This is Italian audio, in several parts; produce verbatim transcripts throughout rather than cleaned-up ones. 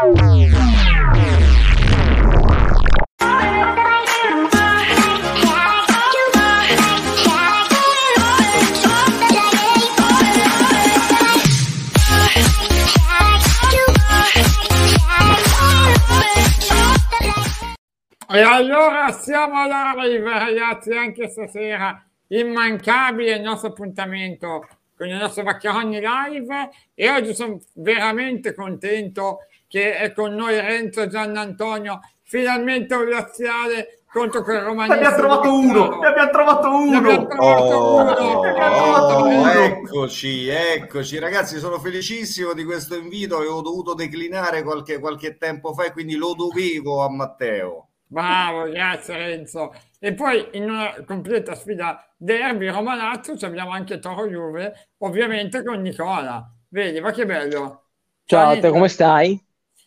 E allora siamo alla live, ragazzi, anche stasera immancabile il nostro appuntamento con il nostro Vaccheroni Live, e oggi sono veramente contento che è con noi Renzo Giannantonio, finalmente un laziale contro quel romanista. Ne abbiamo trovato uno, ne abbiamo trovato uno. Ne abbiamo trovato Oh, uno. Ne abbiamo oh, trovato uno. eccoci, eccoci ragazzi, sono felicissimo di questo invito, avevo dovuto declinare qualche, qualche tempo fa e quindi lo dovevo a Matteo. Bravo, grazie Renzo. E poi in una completa sfida derby Roma-Lazio abbiamo anche Toro Juve, ovviamente con Nicola. Vedi, ma che bello. Ciao, te come stai?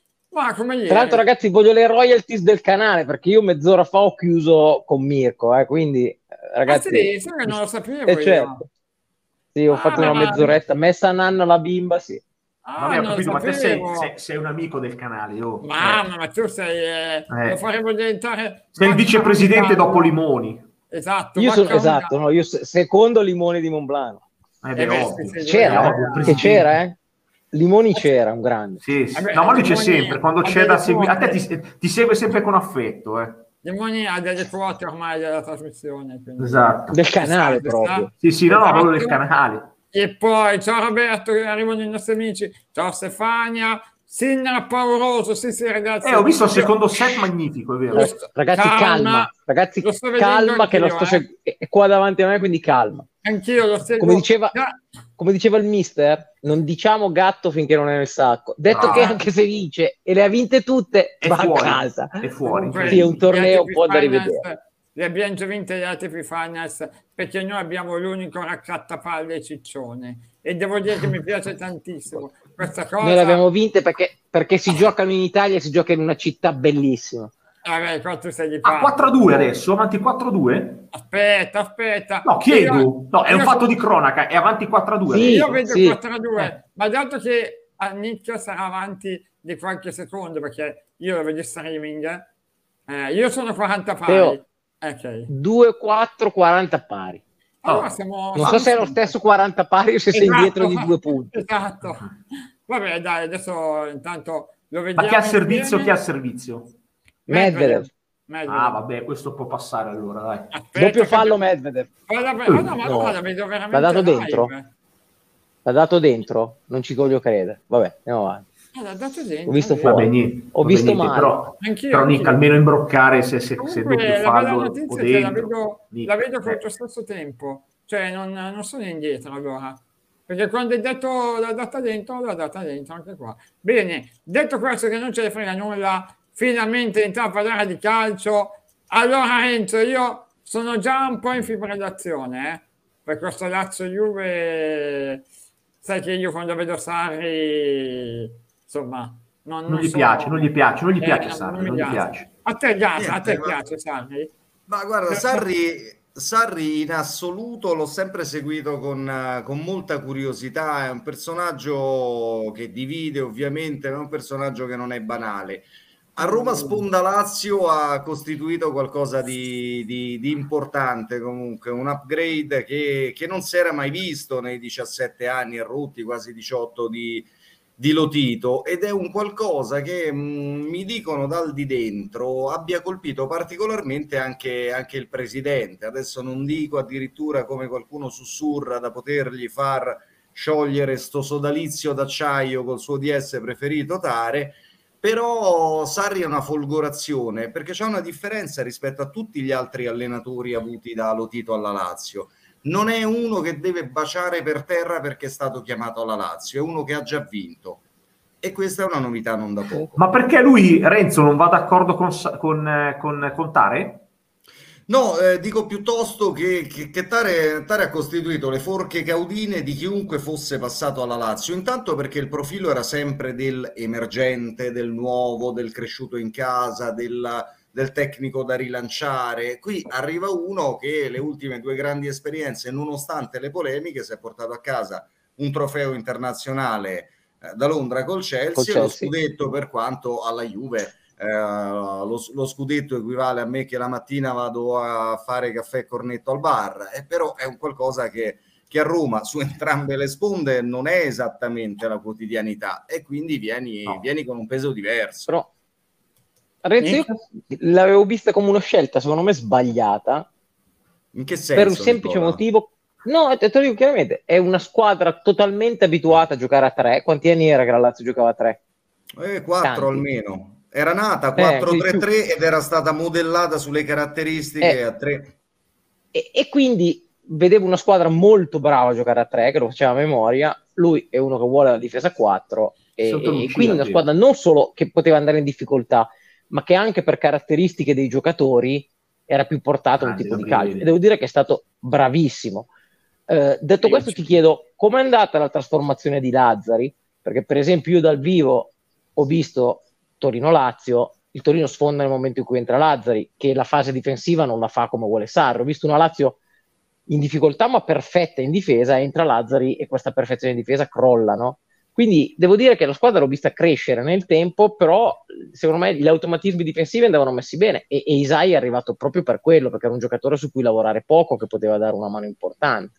Ma come ieri. Tra l'altro ragazzi voglio le royalties del canale perché io mezz'ora fa ho chiuso con Mirko, eh, quindi eh, ragazzi... Ah sì, sai che non lo sapevo eh, io. Certo. Sì, ho Ah, fatto una ma- mezz'oretta, messa a Nanna la bimba, sì. Ah, Vabbè, ho non capito, lo ma te sei, sapevo. sei, sei un amico del canale. Oh. Mamma, ma tu sei... Eh, Eh. Lo faremo diventare... Sei il vicepresidente dopo Limoni. Limoni. Esatto. Io sono, Vaccaroni- esatto, no, io se- secondo Limone di Monblano. Eh beh, Eh beh, ovvio. sì, sì, C'era, Eh, eh? ovvio, Che presidente. c'era, eh? Limoni c'era, un grande. Sì, sì. Eh beh, No, ma lui c'è Limoni sempre, quando ha c'è delle da seguire. A te quote. ti, ti segue sempre con affetto, eh. Limoni ha delle quote ormai della trasmissione. Quindi... Esatto. Del canale Ci sta, ci sta. proprio. Sì, sì, no, no, Esatto. quello del canale. E poi, ciao Roberto, che arrivano i nostri amici. Ciao Stefania. Sinner pauroso, sì sì ragazzi. Eh, ho visto il Io- secondo set magnifico, è vero. Lo sto- Ragazzi, calma, ragazzi, lo sto vedendo calma, che lo anch'io, sto eh. seg- è qua davanti a me, quindi calma. Anch'io lo seguo. Come diceva, Già- come diceva il mister, non diciamo gatto finché non è nel sacco. Detto Bravo. che anche se vince e le ha vinte tutte, È va fuori, a casa. è fuori. Comunque, Sì, è un gli torneo A T P un po' da Finals rivedere. Li abbiamo già vinte gli A T P Finals perché noi abbiamo l'unico raccattapalle ciccione e devo dire che mi piace tantissimo questa cosa. Noi le abbiamo vinte perché, perché si giocano in Italia e si gioca in una città bellissima. Vabbè, qua tu sei di Ah, parte. quattro a due adesso, avanti quattro a due? Aspetta, aspetta. No, chiedo. Io- No, è un io- fatto di cronaca, è avanti quattro a due. Sì. Io vedo sì. quattro a due, Eh. ma dato che a Nick sarà avanti di qualche secondo perché io lo vedo in streaming, eh, io sono quaranta pari. Teo. Ok. due quattro quaranta pari. Allora Oh, siamo... Non so se è lo stesso quaranta pari o se sei Esatto. indietro di due punti. Esatto. Vabbè, dai, adesso intanto lo Ma vediamo. chi ha servizio, insieme. chi ha servizio? Medvedev. Medvedev. Ah, vabbè, questo può passare allora, dai. Aspetta, Doppio che- fallo Medvedev. Guarda, guarda, ma No. no, la vedo veramente L'ha dato live. dentro? L'ha dato dentro? Non ci voglio credere. Vabbè, andiamo avanti. Ah, l'ha dato dentro. Ho visto vedi? fuori. Vabbè, niente. Ho vabbè, visto niente, male. Però, Anch'io, però Nick, anch'io. almeno imbroccare se, se, se Comunque, doppio la bella fallo notizia o è che la dentro. vedo, Nick, la vedo con eh. il tuo stesso tempo. Cioè, non, non sono indietro allora. Perché quando hai detto l'ha data dentro, l'ha data dentro anche qua. Bene, detto questo che non ce ne frega nulla, finalmente entriamo a parlare di calcio. Allora Renzo, io sono già un po' in fibrillazione, eh? Per questo Lazio Juve, sai che io quando vedo Sarri, insomma, non, Non non gli so- piace, non gli piace, non gli Eh, piace no, Sarri, mi non gli piace. A te piace, a Niente, te ma- piace Sarri? Ma guarda, Sarri, Sarri in assoluto l'ho sempre seguito con, eh, con molta curiosità, è un personaggio che divide ovviamente, ma è un personaggio che non è banale. A Roma Sponda Lazio ha costituito qualcosa di, di- di importante comunque, un upgrade che, che non si era mai visto nei diciassette anni e rotti, quasi diciotto di, di Lotito, ed è un qualcosa che mh, mi dicono dal di dentro abbia colpito particolarmente anche, anche il presidente. Adesso non dico addirittura come qualcuno sussurra da potergli far sciogliere sto sodalizio d'acciaio col suo D S preferito Tare, però Sarri è una folgorazione perché c'è una differenza rispetto a tutti gli altri allenatori avuti da Lotito alla Lazio. Non è uno che deve baciare per terra perché è stato chiamato alla Lazio, è uno che ha già vinto. E questa è una novità non da poco. Ma perché lui, Renzo, non va d'accordo con, Sa- con, eh, con, con Tare? No, eh, dico piuttosto che, che, che Tare, Tare ha costituito le forche caudine di chiunque fosse passato alla Lazio, intanto perché il profilo era sempre del emergente, del nuovo, del cresciuto in casa, del, del tecnico da rilanciare. Qui arriva uno che le ultime due grandi esperienze, nonostante le polemiche, si è portato a casa un trofeo internazionale da Londra col Chelsea, Col e Chelsea. lo scudetto, per quanto alla Juve eh, lo, lo scudetto equivale a me che la mattina vado a fare caffè e cornetto al bar, e però è un qualcosa che, che a Roma su entrambe le sponde non è esattamente la quotidianità, e quindi vieni, No. vieni con un peso diverso. Però Renzo, io l'avevo vista come una scelta secondo me sbagliata, In che senso? per un semplice Nicola? motivo. No, te lo dico chiaramente, è una squadra totalmente abituata a giocare a tre. Quanti anni era che la Lazio giocava a tre? Eh, quattro Tanti. almeno. Era nata Eh, quattro tre più. tre ed era stata modellata sulle caratteristiche Eh. a tre. E, e quindi vedevo una squadra molto brava a giocare a tre, che lo faceva a memoria. Lui è uno che vuole la difesa a quattro, e, Sotto e l'uscita, quindi una sì. squadra non solo che poteva andare in difficoltà, ma che anche per caratteristiche dei giocatori era più portato a un Grande tipo di Gabriele. calcio. E devo dire che è stato bravissimo. Eh, detto Io questo, ci- ti chiedo com'è andata la trasformazione di Lazzari, perché per esempio io dal vivo ho visto Torino-Lazio, il Torino sfonda nel momento in cui entra Lazzari, che la fase difensiva non la fa come vuole Sarri. Ho visto una Lazio in difficoltà ma perfetta in difesa, entra Lazzari e questa perfezione in difesa crolla, no? Quindi devo dire che la squadra l'ho vista crescere nel tempo, però secondo me gli automatismi difensivi andavano messi bene, e, e Isai è arrivato proprio per quello, perché era un giocatore su cui lavorare poco, che poteva dare una mano importante.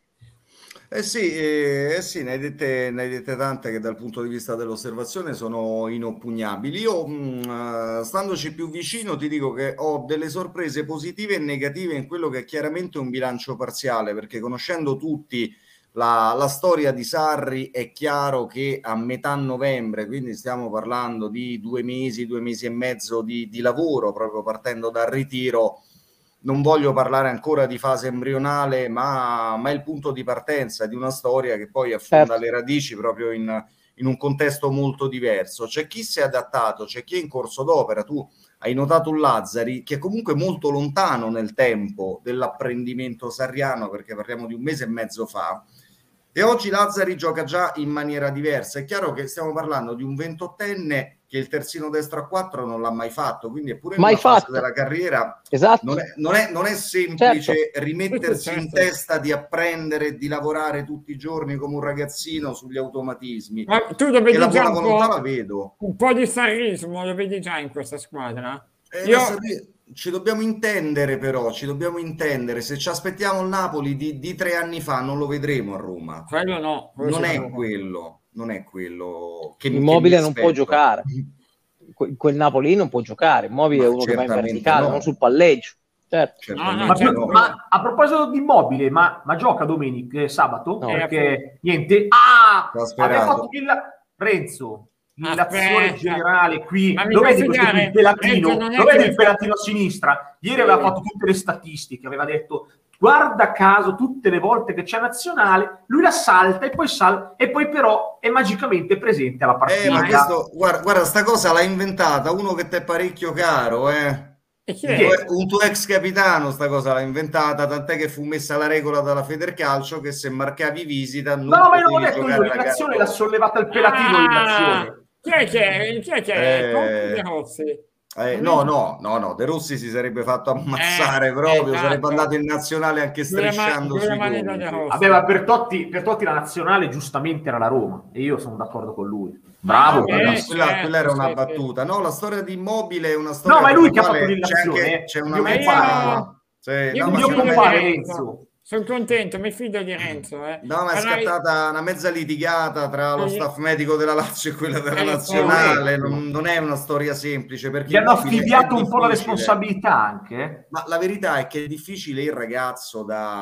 Eh sì, eh, eh sì, ne hai dette, ne hai dette tante che dal punto di vista dell'osservazione sono inoppugnabili. Io, mh, standoci più vicino, ti dico che ho delle sorprese positive e negative in quello che è chiaramente un bilancio parziale, perché conoscendo tutti la, la storia di Sarri, è chiaro che a metà novembre, quindi stiamo parlando di due mesi, due mesi e mezzo di, di lavoro, proprio partendo dal ritiro. Non voglio parlare ancora di fase embrionale, ma, ma è il punto di partenza di una storia che poi affonda Certo. le radici proprio in, in un contesto molto diverso. C'è chi si è adattato, c'è chi è in corso d'opera. Tu hai notato un Lazzari che è comunque molto lontano nel tempo dell'apprendimento sarriano, perché parliamo di un mese e mezzo fa, e oggi Lazzari gioca già in maniera diversa. È chiaro che stiamo parlando di un ventottenne che il terzino destro a quattro non l'ha mai fatto, quindi è pure in Mai una fase fatto. della carriera. Esatto. Non è, non è, non è semplice Certo. rimettersi in Certo. testa di apprendere e di lavorare tutti i giorni come un ragazzino sugli automatismi. Ma tu lo E vedi la già buona un volontà la po', vedo. un po' di sarrismo, lo vedi già in questa squadra? Eh, Io, la Sarri- ci dobbiamo intendere però, ci dobbiamo intendere. Se ci aspettiamo il Napoli di, di tre anni fa non lo vedremo a Roma. quello no, quello Non è sicuro. quello, non è quello che, che mi Immobile non può aspetto. giocare. Que- quel Napoli non può giocare. Immobile Ma è uno che va in certamente verticale, no. non sul palleggio. Certo. Certamente No, Ma, no, più- certo. ma a proposito di Immobile, ma, ma gioca domenica, eh, sabato? No. Perché niente. Ah, Sta abbiamo sperato. fatto il Renzo, l'azione Aspetta. generale qui. Ma mi Lo puoi vedi questo qui, spiegare? il pelatino? Renzo, non è Lo che vedi mi il fa- pelatino a sinistra? Ieri Sì. aveva fatto tutte le statistiche, aveva detto guarda caso tutte le volte che c'è nazionale, lui la salta e poi sal e poi però è magicamente presente alla partita. Eh, ma questo, guarda, guarda, sta cosa l'ha inventata uno che ti è parecchio caro, eh. E chi Chi è? è? Un tuo- Un tuo ex capitano sta cosa l'ha inventata, tant'è che fu messa la regola dalla Federcalcio che se marcavi visita non No, ma io l'ho potevi detto io, giocare la gara l'inazione l'ha dopo. sollevata il pelatino in Ah, azione. chi è che è? Chi è che è? Eh, Conte De Rossi? Eh, Non no, è- no, no, no, De Rossi si sarebbe fatto ammazzare Eh, proprio, esatto. sarebbe andato in nazionale anche Due ma- strisciando due sui mani da De gomiti. Rossi. Vabbè, ma per Totti, per Totti la nazionale giustamente era la Roma e io sono d'accordo con lui. Bravo. Ah, Quella, beh, bravissimo. quella- certo, quella era una sì, battuta. No, la storia di Immobile è una storia No, ma è per lui la che ha quale fatto c'è l'inazione, anche eh. c'è Il una mio Ma mezza compare, io, qua. Sì, io no, mi Il ma mio fido secondo di me- compare Renzo. Renzo. Sono contento, mi fido di Renzo. Eh. No, ma è Farai- scattata una mezza litigata tra lo Sì. staff medico della Lazio e quella della Eh, nazionale. sì. Non, non è una storia semplice perché Gli hanno Immobile è affibbiato un po' la difficile. responsabilità anche. eh. Ma la verità è che è difficile il ragazzo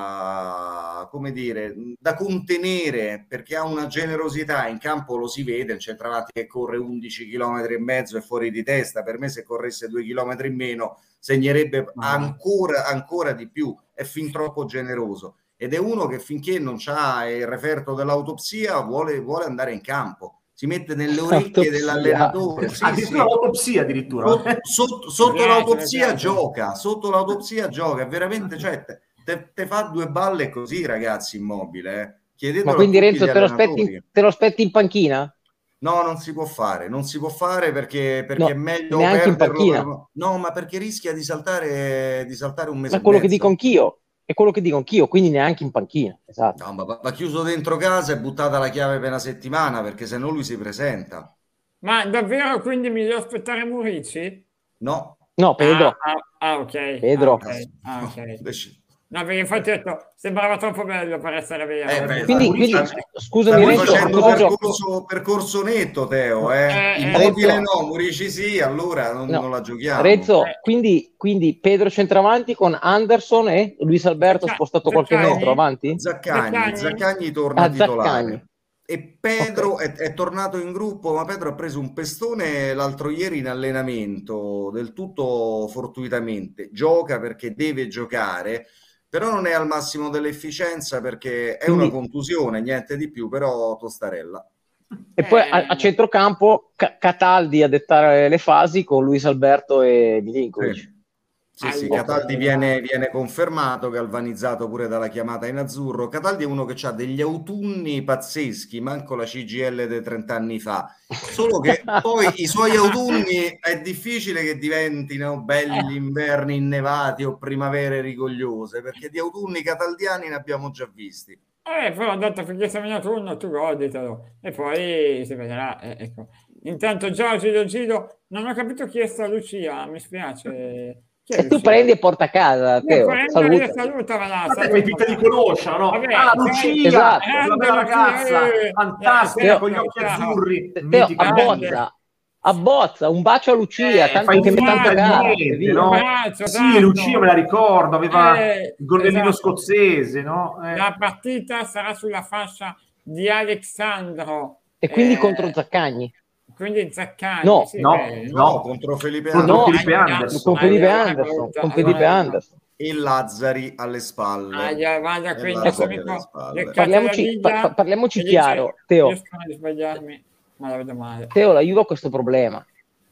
da, come dire, da contenere, perché ha una generosità in campo, lo si vede, il centravanti che corre undici chilometri e mezzo è fuori di testa. Per me se corresse due chilometri in meno segnerebbe Ah. ancora, ancora di più, è fin troppo generoso ed è uno che finché non c'ha il referto dell'autopsia vuole, vuole andare in campo, si mette nelle orecchie Autopsia. dell'allenatore. Sì, sì. Addirittura l'autopsia addirittura. Sotto, sotto, sotto Mi piace, l'autopsia mi piace. gioca, sotto l'autopsia gioca, è veramente, cioè, te, te- te fa due balle così, ragazzi, Immobile, eh. Chiedetelo Ma quindi a tutti Renzo gli te lo, aspetti, allenatori. te lo aspetti in panchina? No, non si può fare, non si può fare perché, perché No, è meglio neanche in perderlo panchina. per- No, ma perché rischia di saltare, di saltare un mese Ma quello e che mezzo. dico anch'io. è quello che dico anch'io, quindi neanche in panchina. Esatto. No, ma va chiuso dentro casa e buttata la chiave per una settimana, perché se no lui si presenta. Ma davvero quindi mi devo aspettare Murici? No. No, Pedro. Ah, ah, ah, ok. Pedro. Ah, ok. Ah, ok. No, perché infatti ho detto, sembrava troppo bello per essere vero. Eh, beh, quindi, quindi, quindi stavi, scusami, stavi Renzo, facendo cosa percorso, percorso netto, Teo, eh? Eh, Immobile Renzo, no, Murici sì, allora non, no. non la giochiamo. Rezzo, Eh. quindi, quindi Pedro centravanti con Anderson e Luis Alberto Zacca- spostato qualche Zaccagni? metro avanti? Zaccagni, Zaccagni? Zaccagni torna Ah, titolare. Zaccagni. E Pedro Ok. è, è tornato in gruppo, ma Pedro ha preso un pestone l'altro ieri in allenamento, del tutto fortuitamente. Gioca perché deve giocare, però non è al massimo dell'efficienza perché è Quindi- una contusione, niente di più, però tostarella. E poi Eh. a, a centrocampo Ca- Cataldi a dettare le fasi con Luis Alberto e Milinkovic. Sì, sì, Allora. Cataldi viene, viene confermato, galvanizzato pure dalla chiamata in azzurro. Cataldi è uno che ha degli autunni pazzeschi, manco la C G L dei trent'anni fa. Solo che poi i suoi autunni è difficile che diventino belli inverni innevati o primavere rigogliose, perché di autunni cataldiani ne abbiamo già visti. Eh, però ho detto finché siamo in autunno tu goditelo e poi si vedrà. eh, ecco. Intanto Giorgio Gilo Gilo, non ho capito chi è sta Lucia, mi spiace. Chi è E tu Lucia? prendi e porta a casa, Io Teo. prendo Saluta. e salutala là, Vabbè, fai finta di conoscerla, no? Vabbè, Ah, sai- Lucia, Esatto. quella Grande bella Lucia, ragazza, eh, fantastica, eh, con gli Teo, occhi Teo, azzurri, Teo, mitica abbozza, abbozza, un bacio a Lucia, Eh, tanto fai che mi è tanto finta di cara. e niente, via. no? Un braccio, Sì, esatto. Lucia me la ricordo, aveva Eh, il gonnellino esatto. scozzese, no? Eh. La partita sarà sulla fascia di Alexandro. E quindi eh, contro Zaccagni. Quindi Zaccagni, No, sì, no, beh, No, no. contro Felipe Contro Anderson Felipe Aia, Anderson. con aia, Felipe allora è Anderson, brutta, con allora Felipe è Anderson. e Lazzari alle spalle. Aia, guarda, E quindi Lazzari adesso alle dico spalle. leccate Parliamoci- la Liga, pa- pa- parliamoci e dice, chiaro, Teo. riescono a sbagliarmi, ma la vedo male. Teo, la Juve ha questo problema,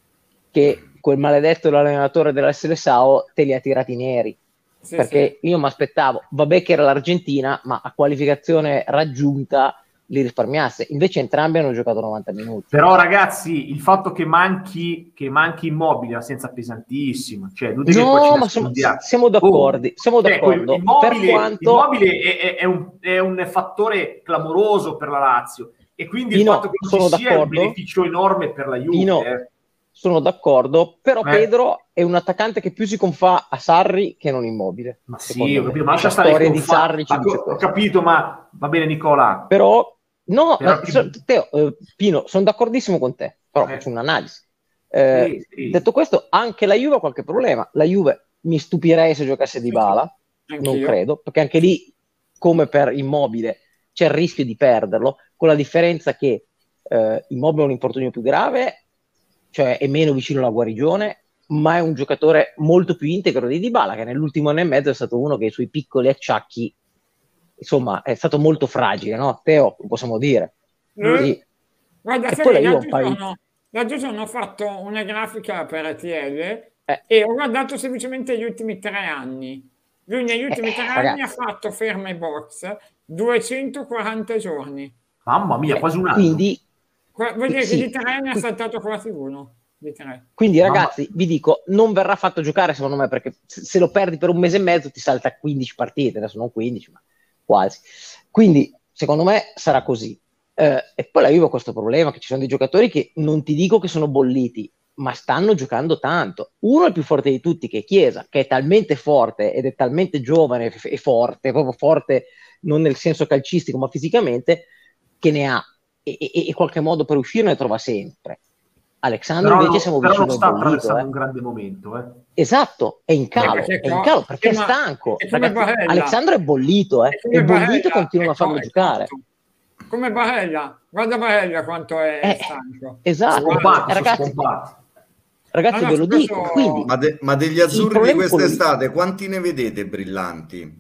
che quel maledetto allenatore dell'S L S A O te li ha tirati neri. Sì, Perché io mi aspettavo, vabbè che era l'Argentina, ma a qualificazione raggiunta li risparmiasse. Invece entrambi hanno giocato novanta minuti. Però ragazzi, il fatto che manchi, che manchi Immobile è una assenza pesantissima. Cioè, non è che poi ci No, ma siamo, nascondiamo. siamo d'accordo. Oh, siamo cioè, d'accordo. Immobile, per quanto Immobile è, è- è un, è un fattore clamoroso per la Lazio. E quindi il Pino, fatto che non sono ci sia è un d'accordo. beneficio enorme per la Juve. Pino, eh. sono d'accordo, però Eh. Pedro è un attaccante che più si confà a Sarri che non Immobile. Ma sì, secondo ho me. capito, ma lascia La stare storia il di confà- Sarri ci ma dice ho questo. capito, ma va bene Nicola. Però, no, Però ma, più- so- Teo, eh, Pino, sono d'accordissimo con te, però Eh. faccio un'analisi. Eh, Sì, sì. Detto questo, anche la Juve ha qualche problema. La Juve mi stupirei se giocasse Dybala, non Anch'io. credo, perché anche lì, come per Immobile, c'è il rischio di perderlo, con la differenza che eh, Immobile ha un infortunio più grave, cioè è meno vicino alla guarigione, ma è un giocatore molto più integro di Dybala, che nell'ultimo anno e mezzo è stato uno che i suoi piccoli acciacchi, insomma, è stato molto fragile, no? Teo, lo possiamo dire. Eh? Sì. Guarda, E sai poi che la Juve l'altro un paio- giorno, l'altro giorno ho fatto una grafica per A T L Eh. e ho guardato semplicemente gli ultimi tre anni. Lui negli ultimi Eh, tre ragazzi. anni ha fatto ferme box duecentoquaranta giorni. Mamma mia, Eh, quasi un anno. Quindi, Qua- Vuol dire Sì. che di tre anni ha saltato quasi uno. Di tre. quindi Mamma- ragazzi, vi dico, non verrà fatto giocare secondo me, perché se se lo perdi per un mese e mezzo ti salta a quindici partite, adesso non quindici, ma quasi. Quindi, secondo me, sarà così. Eh, e poi la Juve ha questo problema, che ci sono dei giocatori che non ti dico che sono bolliti, ma stanno giocando tanto. Uno è il più forte di tutti, che è Chiesa, che è talmente forte ed è talmente giovane e e forte, proprio forte non nel senso calcistico, ma fisicamente, che ne ha. E, e, e qualche modo per uscire ne trova sempre. Alexandro Però, invece non- siamo però vicini non al sta bollito, attraversando eh. un grande momento. Eh. Esatto, è in calo, perché è in co- calo perché è ma- stanco. è come Ragazzi, Barella. Alexandro è bollito, eh. È come È bollito Barella, e continuano a ecco, farlo è giocare. tonto. Come Barella, guarda Barella quanto è Eh, stanco. esatto. Guarda. Scompatti, sono ragazzi, scompatti. Ragazzi, No, no, ve lo su questo- dico, quindi Ma, de- ma degli il azzurri di problema è quello lì. quest'estate, quanti ne vedete brillanti?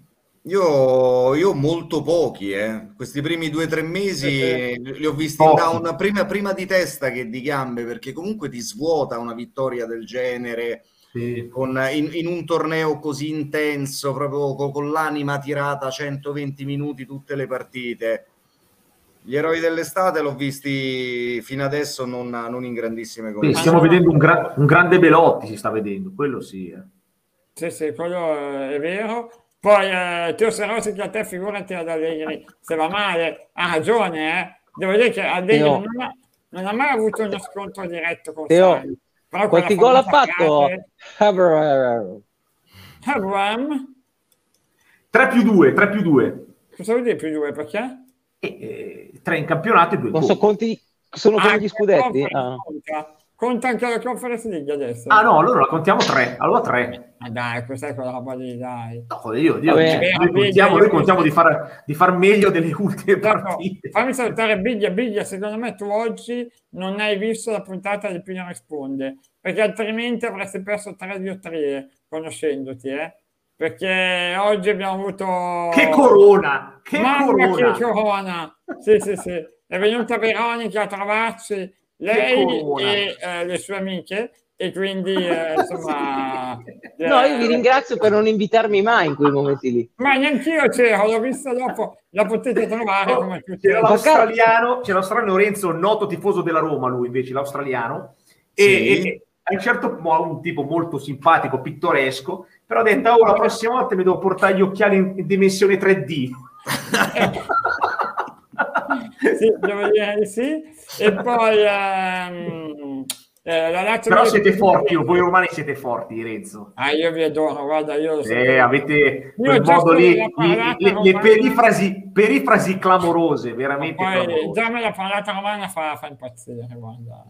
Io, io molto pochi, eh. Questi primi due o tre mesi Eh, li ho visti in Pochi. down prima, prima di testa che di gambe, perché comunque ti svuota una vittoria del genere Sì. con- in, in un torneo così intenso, proprio co- con l'anima tirata centoventi minuti tutte le partite. Gli eroi dell'estate l'ho visti fino adesso non, non in grandissime Sì, condizioni. stiamo vedendo un, gra- un grande Belotti, si sta vedendo, quello sì. eh. Sì, sì, quello è vero. Poi eh, Teo Serosi che a te figurati ad Allegri se va male, ha ragione, eh. Devo dire che Allegri Teo. non ha, non ha mai avuto uno scontro diretto con Teo, Sarri. Però quanti quella gol ha famosa fatto? frase, Abraham, tre più due, tre più due. cosa vuol dire più due? Perché? E, eh, tre in campionato e due in Non so, Coppa. conti, sono come Anche gli scudetti? la Ah. conta. Conta anche la Conference League adesso. Ah no, allora la contiamo tre. Allora tre. Ma dai, questa quella roba lì, dai. No, io, io, Vabbè. cioè, Vabbè, noi contiamo, io- noi contiamo di, far, di far meglio delle ultime Dopo, partite. fammi salutare Biglia. Biglia, secondo me tu oggi non hai visto la puntata di Più ne risponde, perché altrimenti avresti perso tre diotrie conoscendoti, eh? Perché oggi abbiamo avuto... Che corona! Che Mamma corona! che corona! Sì, sì, sì. È venuta Veronica a trovarci, lei corona! e eh, le sue amiche, e quindi, eh, insomma... No, io vi eh, ringrazio per non invitarmi mai in quei momenti lì. Ma neanch'io c'ero, l'ho vista dopo, la potete trovare come tutti. C'era l'australiano, c'era l'australiano Lorenzo, noto tifoso della Roma, lui invece, l'australiano, e, Sì. e a un certo punto un tipo molto simpatico, pittoresco, però ha detto, oh, la prossima volta mi devo portare gli occhiali in, in dimensione tre D. Sì, devo dire di sì. E poi ehm, eh, la Lazio... Però siete forti, voi romani siete forti, Renzo. Ah, io vi adoro, guarda, io lo so. Eh, avete quel Io già modo solo lì, la i- parlata le, le romana- perifrasi, perifrasi clamorose, veramente Poi clamorose. già me la parlata romana fa, fa impazzire, guarda.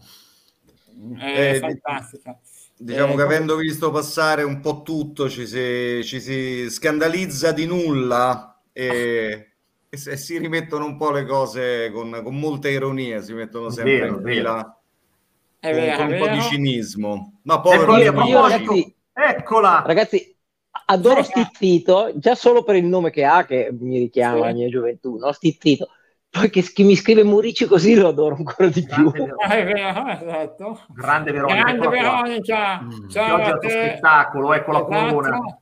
È Eh, fantastica. Diciamo Eh, che avendo visto passare un po' tutto ci si, ci si scandalizza di nulla e, e se- si rimettono un po' le cose con, con molta ironia, si mettono sempre Vero, in vero. fila È con, vero, con è un po' di vero. cinismo. Ma Ecco povero lì, a cinismo. Io, proposito, ragazzi- eccola! Ragazzi, adoro Stizzito, già solo per il nome che ha, che mi richiama Sì. la mia gioventù, no? Stizzito. Poi che, che mi scrive Murici così lo adoro ancora di più. Grande Veronica. Ah, è vero, esatto. Grande Veronica, Grande eccola qua. Veronica, Mm. ciao Che oggi a è il tuo te. spettacolo, ecco la Esatto. corona.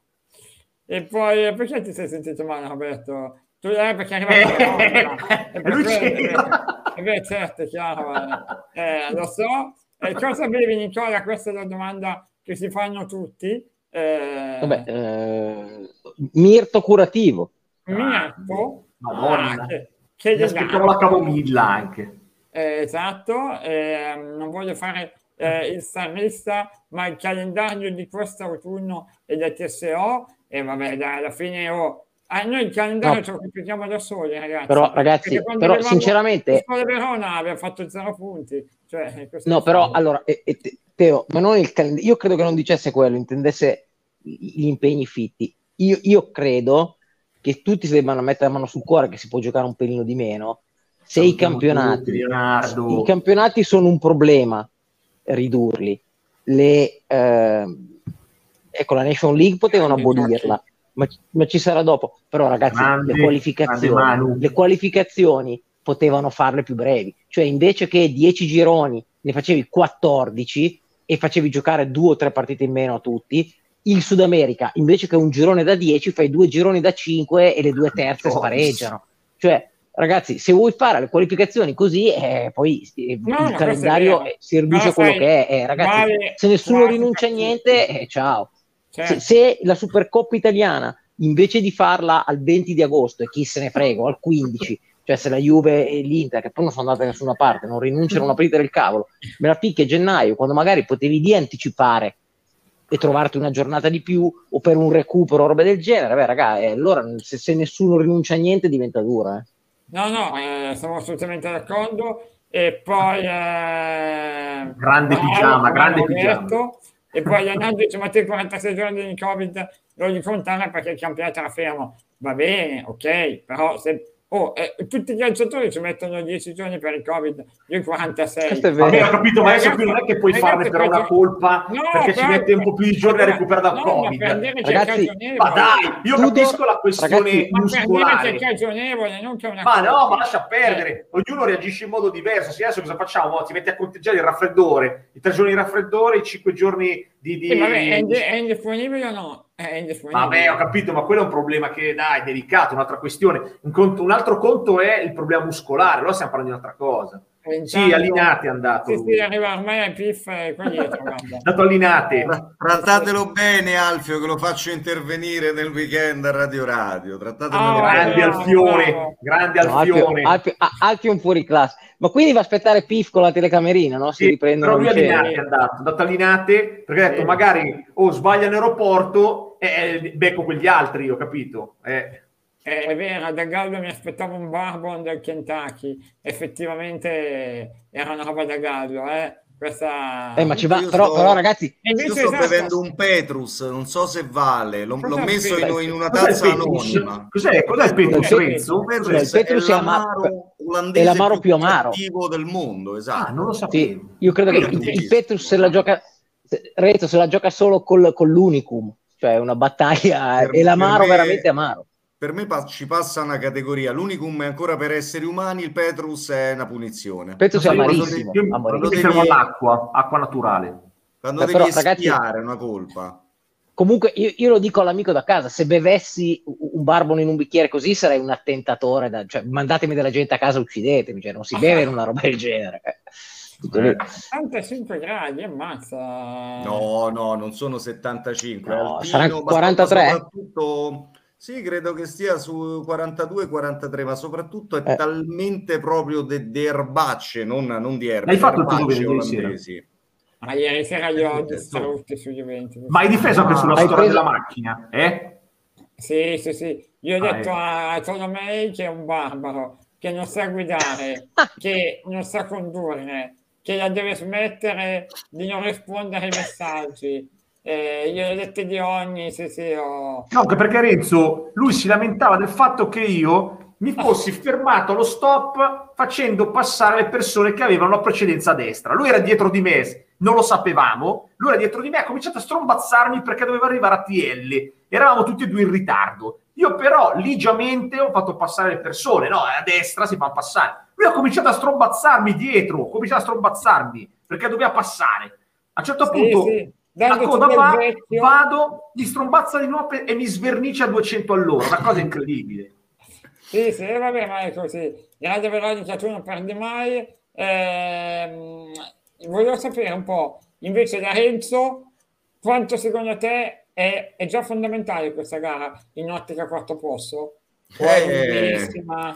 E poi eh, perché ti sei sentito male, Roberto? Tu eh, perché è Eh, arrivato Veronica. e lui c'era. Eh, beh, certo, è chiaro. Eh, Eh, lo so. E cosa bevi, Nicola? Questa è la domanda che si fanno tutti. Eh, Vabbè, eh, mirto curativo. Mirko? Madonna. Ah, che, che Mi aspettavo la camomilla anche. Eh, esatto, eh, non voglio fare eh, il sarrista, ma il calendario di quest'autunno è da T S O e vabbè, dai, alla fine oh, ah, noi il calendario No. ce lo complichiamo da soli, ragazzi. Però, ragazzi, Perché quando però, avevamo sinceramente- la Scuola Verona aveva fatto zero punti. Cioè, questo No, è però, stato. allora, eh, eh, Teo, ma non il calend- io credo che non dicesse quello, intendesse gli impegni fitti. Io, io credo che tutti si debbano mettere la mano sul cuore, che si può giocare un pelino di meno. Se i Salutiamo tutti, campionati, Leonardo. i campionati sono un problema, ridurli. Le, eh, ecco, la Nation League potevano abolirla, ma, ma ci sarà dopo. Però, ragazzi, Grande, le qualificazioni, grande Manu. le qualificazioni potevano farle più brevi. Cioè, invece che dieci gironi, ne facevi quattordici e facevi giocare due o tre partite in meno a tutti. Il Sud America, invece che un girone da dieci, fai due gironi da cinque e le due terze Oh, spareggiano. Cioè, ragazzi, se vuoi fare le qualificazioni così, eh, poi eh, No, il no, calendario questo è vero. eh, si riduce a Però quello sai, che è. Eh, ragazzi, vale se nessuno quasi rinuncia a per niente, tutti. eh, ciao. Certo. Se, se la Supercoppa italiana, invece di farla al venti di agosto, e chi se ne frega, o al quindici, cioè se la Juve e l'Inter, che poi non sono andate da nessuna parte, non rinunciano a una partita del cavolo, me la picchia a gennaio, quando magari potevi lì anticipare e trovarti una giornata di più o per un recupero o roba del genere, beh raga, eh, allora se, se nessuno rinuncia a niente diventa dura. Eh. No, no, eh, siamo assolutamente d'accordo. E poi eh, Grande bravo, pigiama, come grande abbiamo pigiama. detto. E poi Leonardo dice: ma te quarantasei giorni di Covid lo devi contare perché il campionato era fermo. Va bene, ok, però se oh, eh, tutti i calciatori ci mettono dieci giorni per il Covid, io quarantasei. Questo è vero. Vabbè, ho capito, ma adesso Ragazzi, qui non è che puoi farne ragazzi, però una calcio- colpa No, perché ci però- mette un po' più di giorni a recuperare dal no, Covid. Ma per dire che Ragazzi, è cagionevole. Ma dai, io Tudor- capisco la questione ragazzi, Ma per dire che è muscolare. cagionevole, non che è una Ma cosa. no, ma lascia perdere. Ognuno reagisce in modo diverso. Sì, adesso cosa facciamo? Oh, ti metti a conteggiare il raffreddore, i tre giorni di raffreddore, i cinque giorni di... di... Sì, vabbè, è, indi- è indisponibile o no? È indisponibile. Vabbè, ho capito, ma quello è un problema che, dai, è delicato, un'altra questione. Un, conto, un altro conto è il problema muscolare, allora stiamo parlando di un'altra cosa. Sì, a Linate è andato. Sì, sì, arriva ormai ai Piff qua dietro. È andato a Linate. Trattatelo bene, Alfio, che lo faccio intervenire nel weekend a Radio Radio. Trattatelo Oh, bene. Grande Alfione, grande No, Alfione. Alfio, Alfio, Alfio è un fuori classe. Ma quindi va a aspettare Piff con la telecamerina, no? Si Sì, riprendono però lui a vicende. Linate è andato, è andato a Linate perché ha detto Sì. magari oh, sbaglia in aeroporto e eh, becco quegli altri, ho capito. Eh. Eh, È vero, da Gallo mi aspettavo un barbon del Kentucky, effettivamente era una roba da Gallo, eh. Questa... Eh, ma ci va, Io però, sto- però ragazzi, E Io invece sto esatto, bevendo un Petrus, non so se vale, l'ho, l'ho Cos'è il messo in, Petrus? in una Cos'è il tazza Petrus? anonima. Cos'è, cos'è il Petrus, Cos'è il Renzo? Petrus Cos'è? il Petrus è è amaro- l'amaro è olandese l'amaro più più amaro. cattivo del mondo, esatto. Ah, non lo sì, sapevo. io credo che il, Cattivissimo. il Petrus se la gioca, se- Renzo se la gioca solo col, con l'Unicum, cioè una battaglia, Per- e l'amaro per me- veramente amaro. Per me pa- ci passa una categoria. L'unicum è ancora per esseri umani, il Petrus è una punizione. Petrus è Io- amarissimo, Io, io amarissimo. mi fermo all'acqua, acqua naturale. Quando Beh, devi però, ragazzi- espiare è una colpa. Comunque io, io lo dico all'amico da casa, se bevessi un barbon in un bicchiere così sarei un attentatore, da, cioè mandatemi della gente a casa, uccidetemi, cioè non si beve in una roba del genere. Tutto lì. settantacinque gradi, ammazza. No, no, non sono settantacinque, No, è altino, saranno ma quarantatré? soprattutto sì, credo che stia su quarantadue quarantatré, ma soprattutto è Eh. talmente proprio de, de erbacce, non, non di erbe, L'hai fatto il tuo erbacce dovere ieri olandesi. Ma ieri sera li ho Eh, distrutti su Juventus. Ma hai difeso anche sulla Hai storia preso- della macchina, eh? Sì, sì, sì. Io ho Ah, detto ecco. a Tolomei che è un barbaro, che non sa guidare, che non sa condurre, che la deve smettere di non rispondere ai messaggi. Eh, io ho detto di ogni, sì, sì, ho... No, anche perché Renzo, lui si lamentava del fatto che io mi fossi fermato allo stop facendo passare le persone che avevano la precedenza a destra. Lui era dietro di me, non lo sapevamo, lui era dietro di me, ha cominciato a strombazzarmi perché doveva arrivare a T L. Eravamo tutti e due in ritardo. Io però ligiamente ho fatto passare le persone, no, a destra si fa passare. Lui ha cominciato a strombazzarmi dietro, ha cominciato a strombazzarmi perché doveva passare. A un certo Sì, punto sì, la dando coda tutto il va, vecchio. vado, mi strombazza di nuovo e mi svernicia a duecento all'ora, una cosa incredibile. Sì, sì, vabbè, ma è così. Grande Veronica, tu non perdi mai. Ehm, volevo sapere un po', invece da Renzo, quanto secondo te è, è già fondamentale questa gara in ottica quarto posto? O è Eh. lunghissima?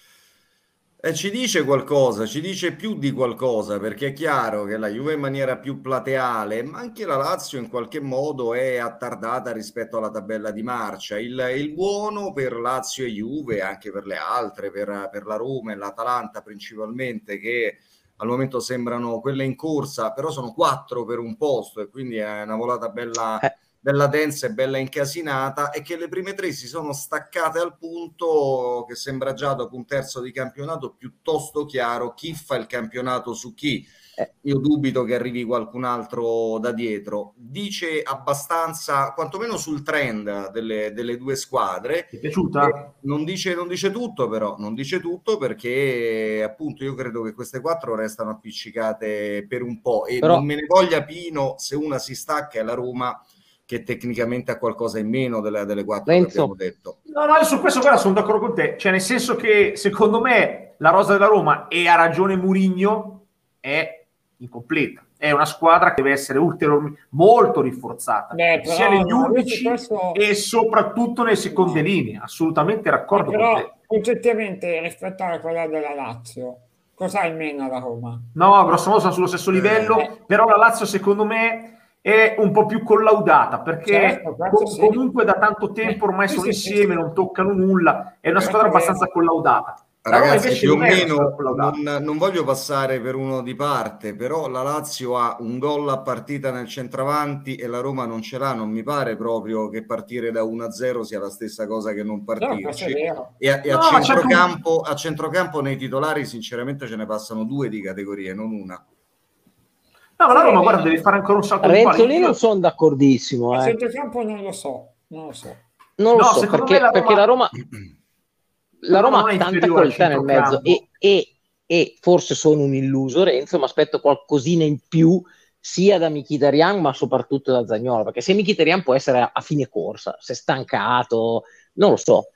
E ci dice qualcosa, ci dice più di qualcosa, perché è chiaro che la Juve in maniera più plateale, ma anche la Lazio in qualche modo è attardata rispetto alla tabella di marcia. Il, il buono per Lazio e Juve, anche per le altre, per, per la Roma e l'Atalanta principalmente, che al momento sembrano quelle in corsa, però sono quattro per un posto e quindi è una volata bella... Eh. bella densa e bella incasinata, e che le prime tre si sono staccate al punto che sembra già dopo un terzo di campionato piuttosto chiaro chi fa il campionato su chi. Eh. Io dubito che arrivi qualcun altro da dietro. Dice abbastanza, quantomeno sul trend delle, delle due squadre. Ti è piaciuta? Eh, non dice, non dice tutto, però non dice tutto, perché appunto io credo che queste quattro restano appiccicate per un po', e Però- non me ne voglia Pino se una si stacca è la Roma, che tecnicamente ha qualcosa in meno delle, delle quattro Renzo. che abbiamo detto. No, no, io su questo guarda, sono d'accordo con te, cioè nel senso che secondo me la rosa della Roma, e ha ragione Mourinho, è incompleta. È una squadra che deve essere ulteriormente molto rinforzata, Beh, però, sia negli no, undici questo- e soprattutto nelle seconde No. linee. Assolutamente d'accordo con te. Però oggettivamente rispetto a quella della Lazio, cosa ha in meno la Roma? No, grosso modo sono sullo stesso livello, Eh. però la Lazio secondo me è un po' più collaudata, perché Certo, questo co- sì. comunque da tanto tempo ormai Sì, sono sì, sì, insieme, sì. non toccano nulla, è una Questo squadra è abbastanza vero. collaudata. La Roma Ragazzi, invece più o non è una squadra meno collaudata. non, non voglio passare per uno di parte, però la Lazio ha un gol a partita nel centravanti e la Roma non ce l'ha. Non mi pare proprio che partire da uno a zero sia la stessa cosa che non No, questo è partirci. vero. E a, e a No, ma c'è centrocampo, a centrocampo nei titolari sinceramente ce ne passano due di categorie, non una. No, ma la Sì, Roma, è guarda, vero. deve fare ancora un salto di Renzo qualità. lì non sono d'accordissimo, A eh. centrocampo non lo so, non lo so. Non lo No, so, secondo perché me la perché Roma- la Roma, la Roma non è ha tanta inferiore al qualità nel mezzo centrocampo. e, e, e forse sono un illuso, Renzo, ma aspetto qualcosina in più sia da Mkhitaryan ma soprattutto da Zaniolo, perché se Mkhitaryan può essere a, a fine corsa, se è stancato, non lo so,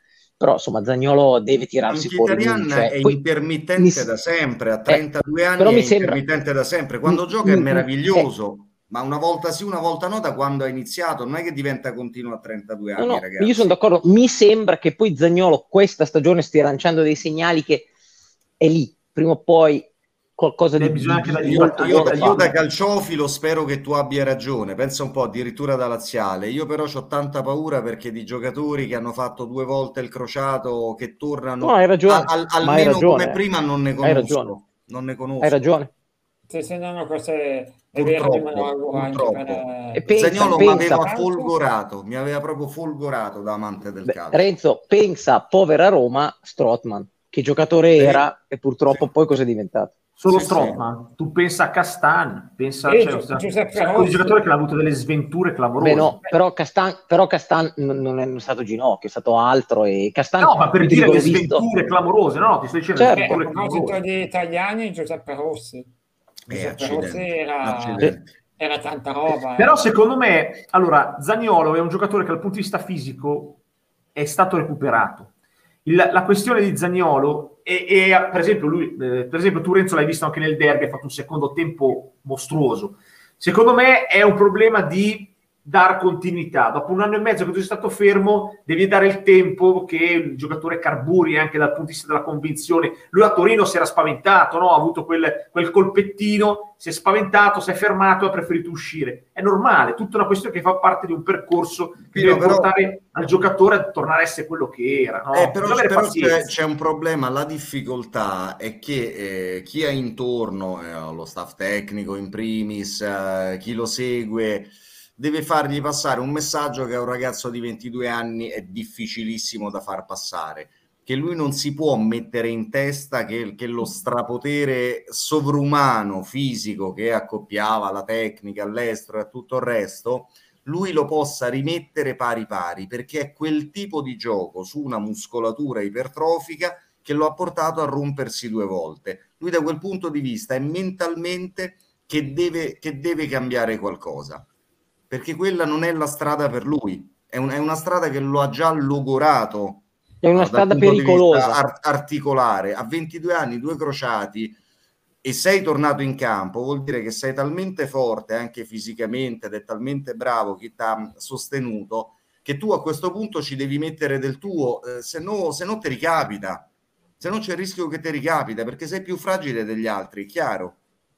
però insomma Zaniolo deve tirarsi fuori lui, Mkhitaryan cioè, è poi, intermittente mi, da sempre, a trentadue eh, anni però è mi sembra, intermittente da sempre, quando mi, gioca è mi, meraviglioso, eh, ma una volta sì, una volta no, da quando ha iniziato, non è che diventa continuo a trentadue no, anni, no, io sono ragazzi. d'accordo, mi sembra che poi Zaniolo questa stagione stia lanciando dei segnali che è lì, prima o poi qualcosa Beh, di, bisogna di, anche di dargli Io, pat- molto anche io, buono dargli io fa. da calciofilo spero che tu abbia ragione, pensa un po', addirittura da laziale. Io però ho tanta paura perché di giocatori che hanno fatto due volte il crociato, che No, tornano hai a- ragione, al- ma hai almeno come ragione, eh. prima, non ne Hai ragione, conosco. Non ne hai conosco. ragione. Sì, sì, no, no, questo è, è vero, io me lo Purtroppo, auguro anche per, purtroppo. E eh, pensa, per Zaniolo il mi pensa, aveva calcio. folgorato, mi aveva proprio folgorato da amante del beh, calcio. Renzo, pensa, povera Roma, Strootman, che giocatore Sì, era e purtroppo sì, poi cosa è diventato. Solo sì, sì. Strootman, tu pensa a Castan, pensa, E c'è un Gi- sacco un Giuseppe sacco di Rossi. giocatori che hanno avuto delle sventure Beh clamorose. no, però Castan, però Castan non, non è stato Ginocchio, è stato altro e Castan, No, ma per io ti dire dico, le l'ho visto, sventure clamorose, no, no, ti sto dicendo le E a certo, sventure proposito clamorose. di italiani, Giuseppe Rossi. Eh, Giuseppe Rossi accidenti, era, sì. accidenti. era tanta roba, Però eh. secondo me, allora, Zaniolo è un giocatore che dal punto di vista fisico è stato recuperato. Il- la questione di Zaniolo è, è, per esempio, lui, eh, per esempio, tu Renzo l'hai visto anche nel derby, ha fatto un secondo tempo mostruoso. Secondo me è un problema di dar continuità. Dopo un anno e mezzo che tu sei stato fermo, devi dare il tempo che il giocatore carburi anche dal punto di vista della convinzione. Lui a Torino si era spaventato, no? Ha avuto quel, quel colpettino, si è spaventato, si è fermato e ha preferito uscire. È normale, tutta una questione che fa parte di un percorso che Pino, deve però- portare al giocatore a tornare a essere quello che era. No? Eh, però Bisogna avere però c'è, pazienza. c'è un problema, la difficoltà è che eh, chi ha intorno, eh, lo staff tecnico in primis, eh, chi lo segue, deve fargli passare un messaggio che a un ragazzo di ventidue anni è difficilissimo da far passare, che lui non si può mettere in testa che, che lo strapotere sovrumano fisico che accoppiava la tecnica all'estero e tutto il resto, lui lo possa rimettere pari pari, perché è quel tipo di gioco su una muscolatura ipertrofica che lo ha portato a rompersi due volte. Lui da quel punto di vista è mentalmente che deve, che deve cambiare qualcosa, perché quella non è la strada per lui, è, un, è una strada che lo ha già logorato è una uh, dal strada punto di vista pericolosa. ar- articolare. A ventidue anni, due crociati, e sei tornato in campo, vuol dire che sei talmente forte anche fisicamente ed è talmente bravo chi ti ha sostenuto, che tu a questo punto ci devi mettere del tuo, eh, se no, se no ti ricapita, se no c'è il rischio che ti ricapita, perché sei più fragile degli altri, chiaro?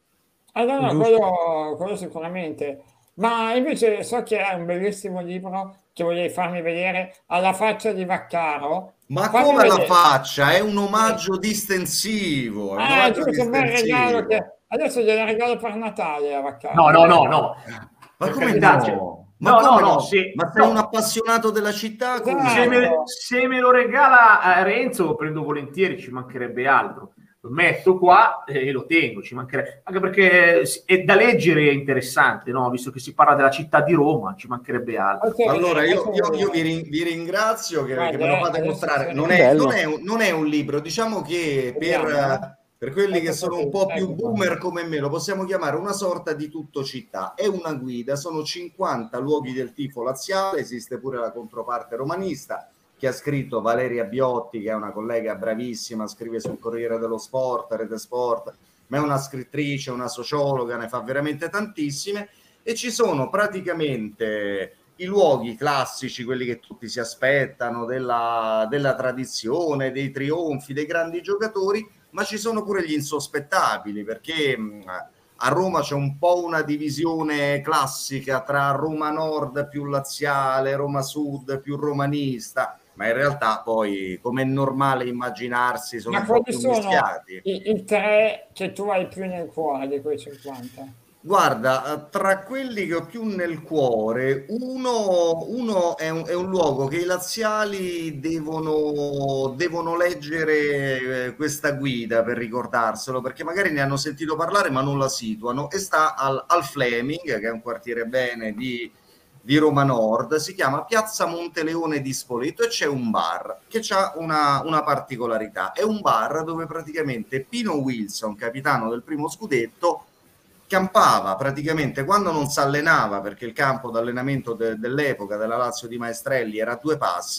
Ah, no, no, Giusto. quello, quello sicuramente. Ma invece so che hai un bellissimo libro che volevi farmi vedere, Alla faccia di Vaccaro. Ma Fammi come la vedere. faccia? È un omaggio distensivo, è un Ah, omaggio giusto, un bel regalo distensivo. che adesso glielo regalo per Natale a Vaccaro. No, no, no, no. Ma Per come carità, no? cioè- Ma no, come no, no, no? se- Ma sei no. un appassionato della città? Come Se Esatto. me, no? se me lo regala eh, Renzo lo prendo volentieri, ci mancherebbe altro. Lo metto qua e lo tengo, ci mancherebbe. Anche perché è da leggere, è interessante, no? Visto che si parla della città di Roma, ci mancherebbe altro. Faccio Allora, vedere, io, faccio io- io vedere. vi, rin- vi ringrazio che, Guarda, che me lo fate adesso mostrare. se- Non Che è, bello. non è un, non è un libro, diciamo che per, Vediamo, eh. eh, per quelli che Ecco sono così, un po' più ecco qua. boomer come me, lo possiamo chiamare una sorta di tutto città. È una guida, sono cinquanta luoghi del tifo laziale, esiste pure la controparte romanista, che ha scritto Valeria Biotti, che è una collega bravissima, scrive sul Corriere dello Sport, Rete Sport, ma è una scrittrice, una sociologa, ne fa veramente tantissime, e ci sono praticamente i luoghi classici, quelli che tutti si aspettano, della, della tradizione, dei trionfi, dei grandi giocatori, ma ci sono pure gli insospettabili, perché mh, a Roma c'è un po' una divisione classica tra Roma Nord più laziale, Roma Sud più romanista, ma in realtà poi, come è normale immaginarsi, sono Ma un po' quali più sono mischiati. i, i tre che tu hai più nel cuore di quei cinquanta? Guarda, tra quelli che ho più nel cuore, uno, uno è, un, è un luogo che i laziali devono, devono leggere eh, questa guida per ricordarselo, perché magari ne hanno sentito parlare ma non la situano, e sta al, al Fleming, che è un quartiere bene di, di Roma Nord, si chiama Piazza Monteleone di Spoleto, e c'è un bar che ha una, una particolarità. È un bar dove praticamente Pino Wilson, capitano del primo scudetto, campava praticamente quando non si allenava, perché il campo d'allenamento de- dell'epoca della Lazio di Maestrelli era a due passi,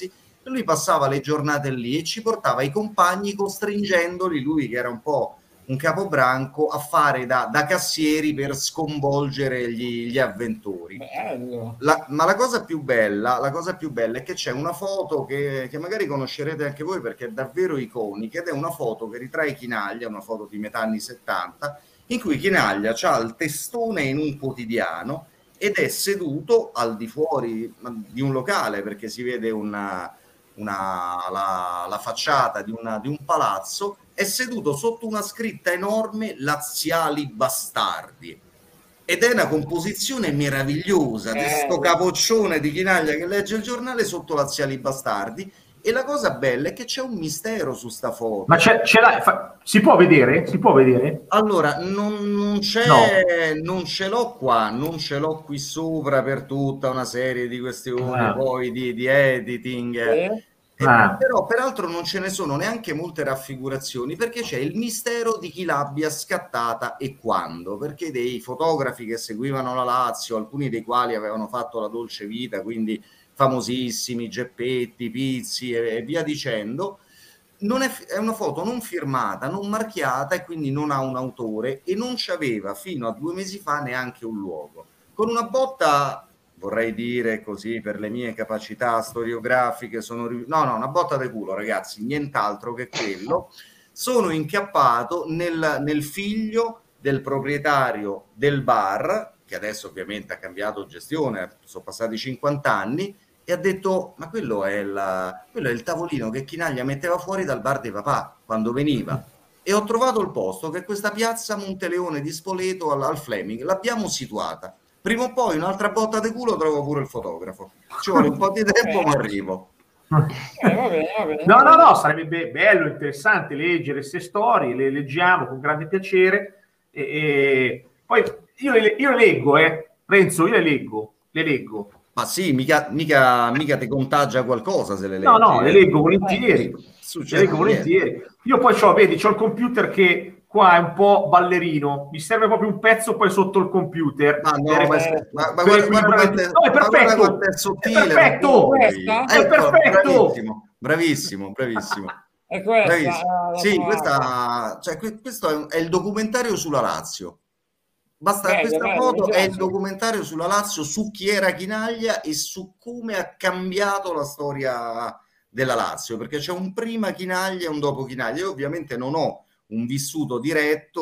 lui passava le giornate lì e ci portava i compagni costringendoli, lui che era un po' un capobranco, a fare da, da cassieri per sconvolgere gli, gli avventori. Bello. La, ma la cosa più bella, la cosa più bella è che c'è una foto che, che magari conoscerete anche voi perché è davvero iconica, ed è una foto che ritrae Chinaglia, una foto di metà anni settanta, in cui Chinaglia ha il testone in un quotidiano ed è seduto al di fuori di un locale, perché si vede una, una, la, la facciata di, una, di un palazzo, è seduto sotto una scritta enorme "Laziali bastardi", ed è una composizione meravigliosa di sto capoccione di Chinaglia che legge il giornale sotto "Laziali bastardi". E la cosa bella è che c'è un mistero su sta foto. Ma c'è, c'è la, fa, si può vedere? Si può vedere? Allora, non, non c'è, no. non ce l'ho qua, non ce l'ho qui sopra per tutta una serie di questioni ah. poi di, di editing. Eh. E, ah. Però peraltro non ce ne sono neanche molte raffigurazioni, perché c'è il mistero di chi l'abbia scattata e quando, perché dei fotografi che seguivano la Lazio, alcuni dei quali avevano fatto la dolce vita, quindi famosissimi, Geppetti, Pizzi e, e via dicendo, non è, è una foto non firmata, non marchiata, e quindi non ha un autore, e non c'aveva fino a due mesi fa neanche un luogo. Con una botta, vorrei dire così per le mie capacità storiografiche, sono no no una botta di culo, ragazzi, nient'altro che quello, sono incappato nel, nel figlio del proprietario del bar, che adesso ovviamente ha cambiato gestione, sono passati cinquanta anni, e ha detto: ma quello è, il, quello è il tavolino che Chinaglia metteva fuori dal bar di papà quando veniva. E ho trovato il posto, che è questa piazza Monteleone di Spoleto al, al Fleming, l'abbiamo situata. Prima o poi un'altra botta di culo trovo pure il fotografo, ci vuole un po' di tempo ma arrivo. Eh, va bene, va bene. No, no, no, sarebbe be- bello, interessante leggere queste storie, le leggiamo con grande piacere. E, e... poi io le, io le leggo, eh, Renzo, io le leggo, le leggo. Ma sì, mica, mica, mica ti contagia qualcosa se le leggi. No, no, eh. le leggo volentieri. Succede le leggo volentieri. Io poi c'ho, vedi, c'ho il computer che qua è un po' ballerino, mi serve proprio un pezzo poi sotto il computer. Ma no, per, ma, per, ma, ma per guarda, guarda, guarda, no, è perfetto, guarda è sottile, è perfetto, è, è ecco, perfetto. Bravissimo, bravissimo, bravissimo. È questa, bravissimo. Eh, sì, questa, cioè, questo è, un, è il documentario sulla Lazio. Basta, bello, questa bello, foto è il documentario sulla Lazio, su chi era Chinaglia e su come ha cambiato la storia della Lazio, perché c'è un prima Chinaglia e un dopo Chinaglia. Io ovviamente non ho un vissuto diretto,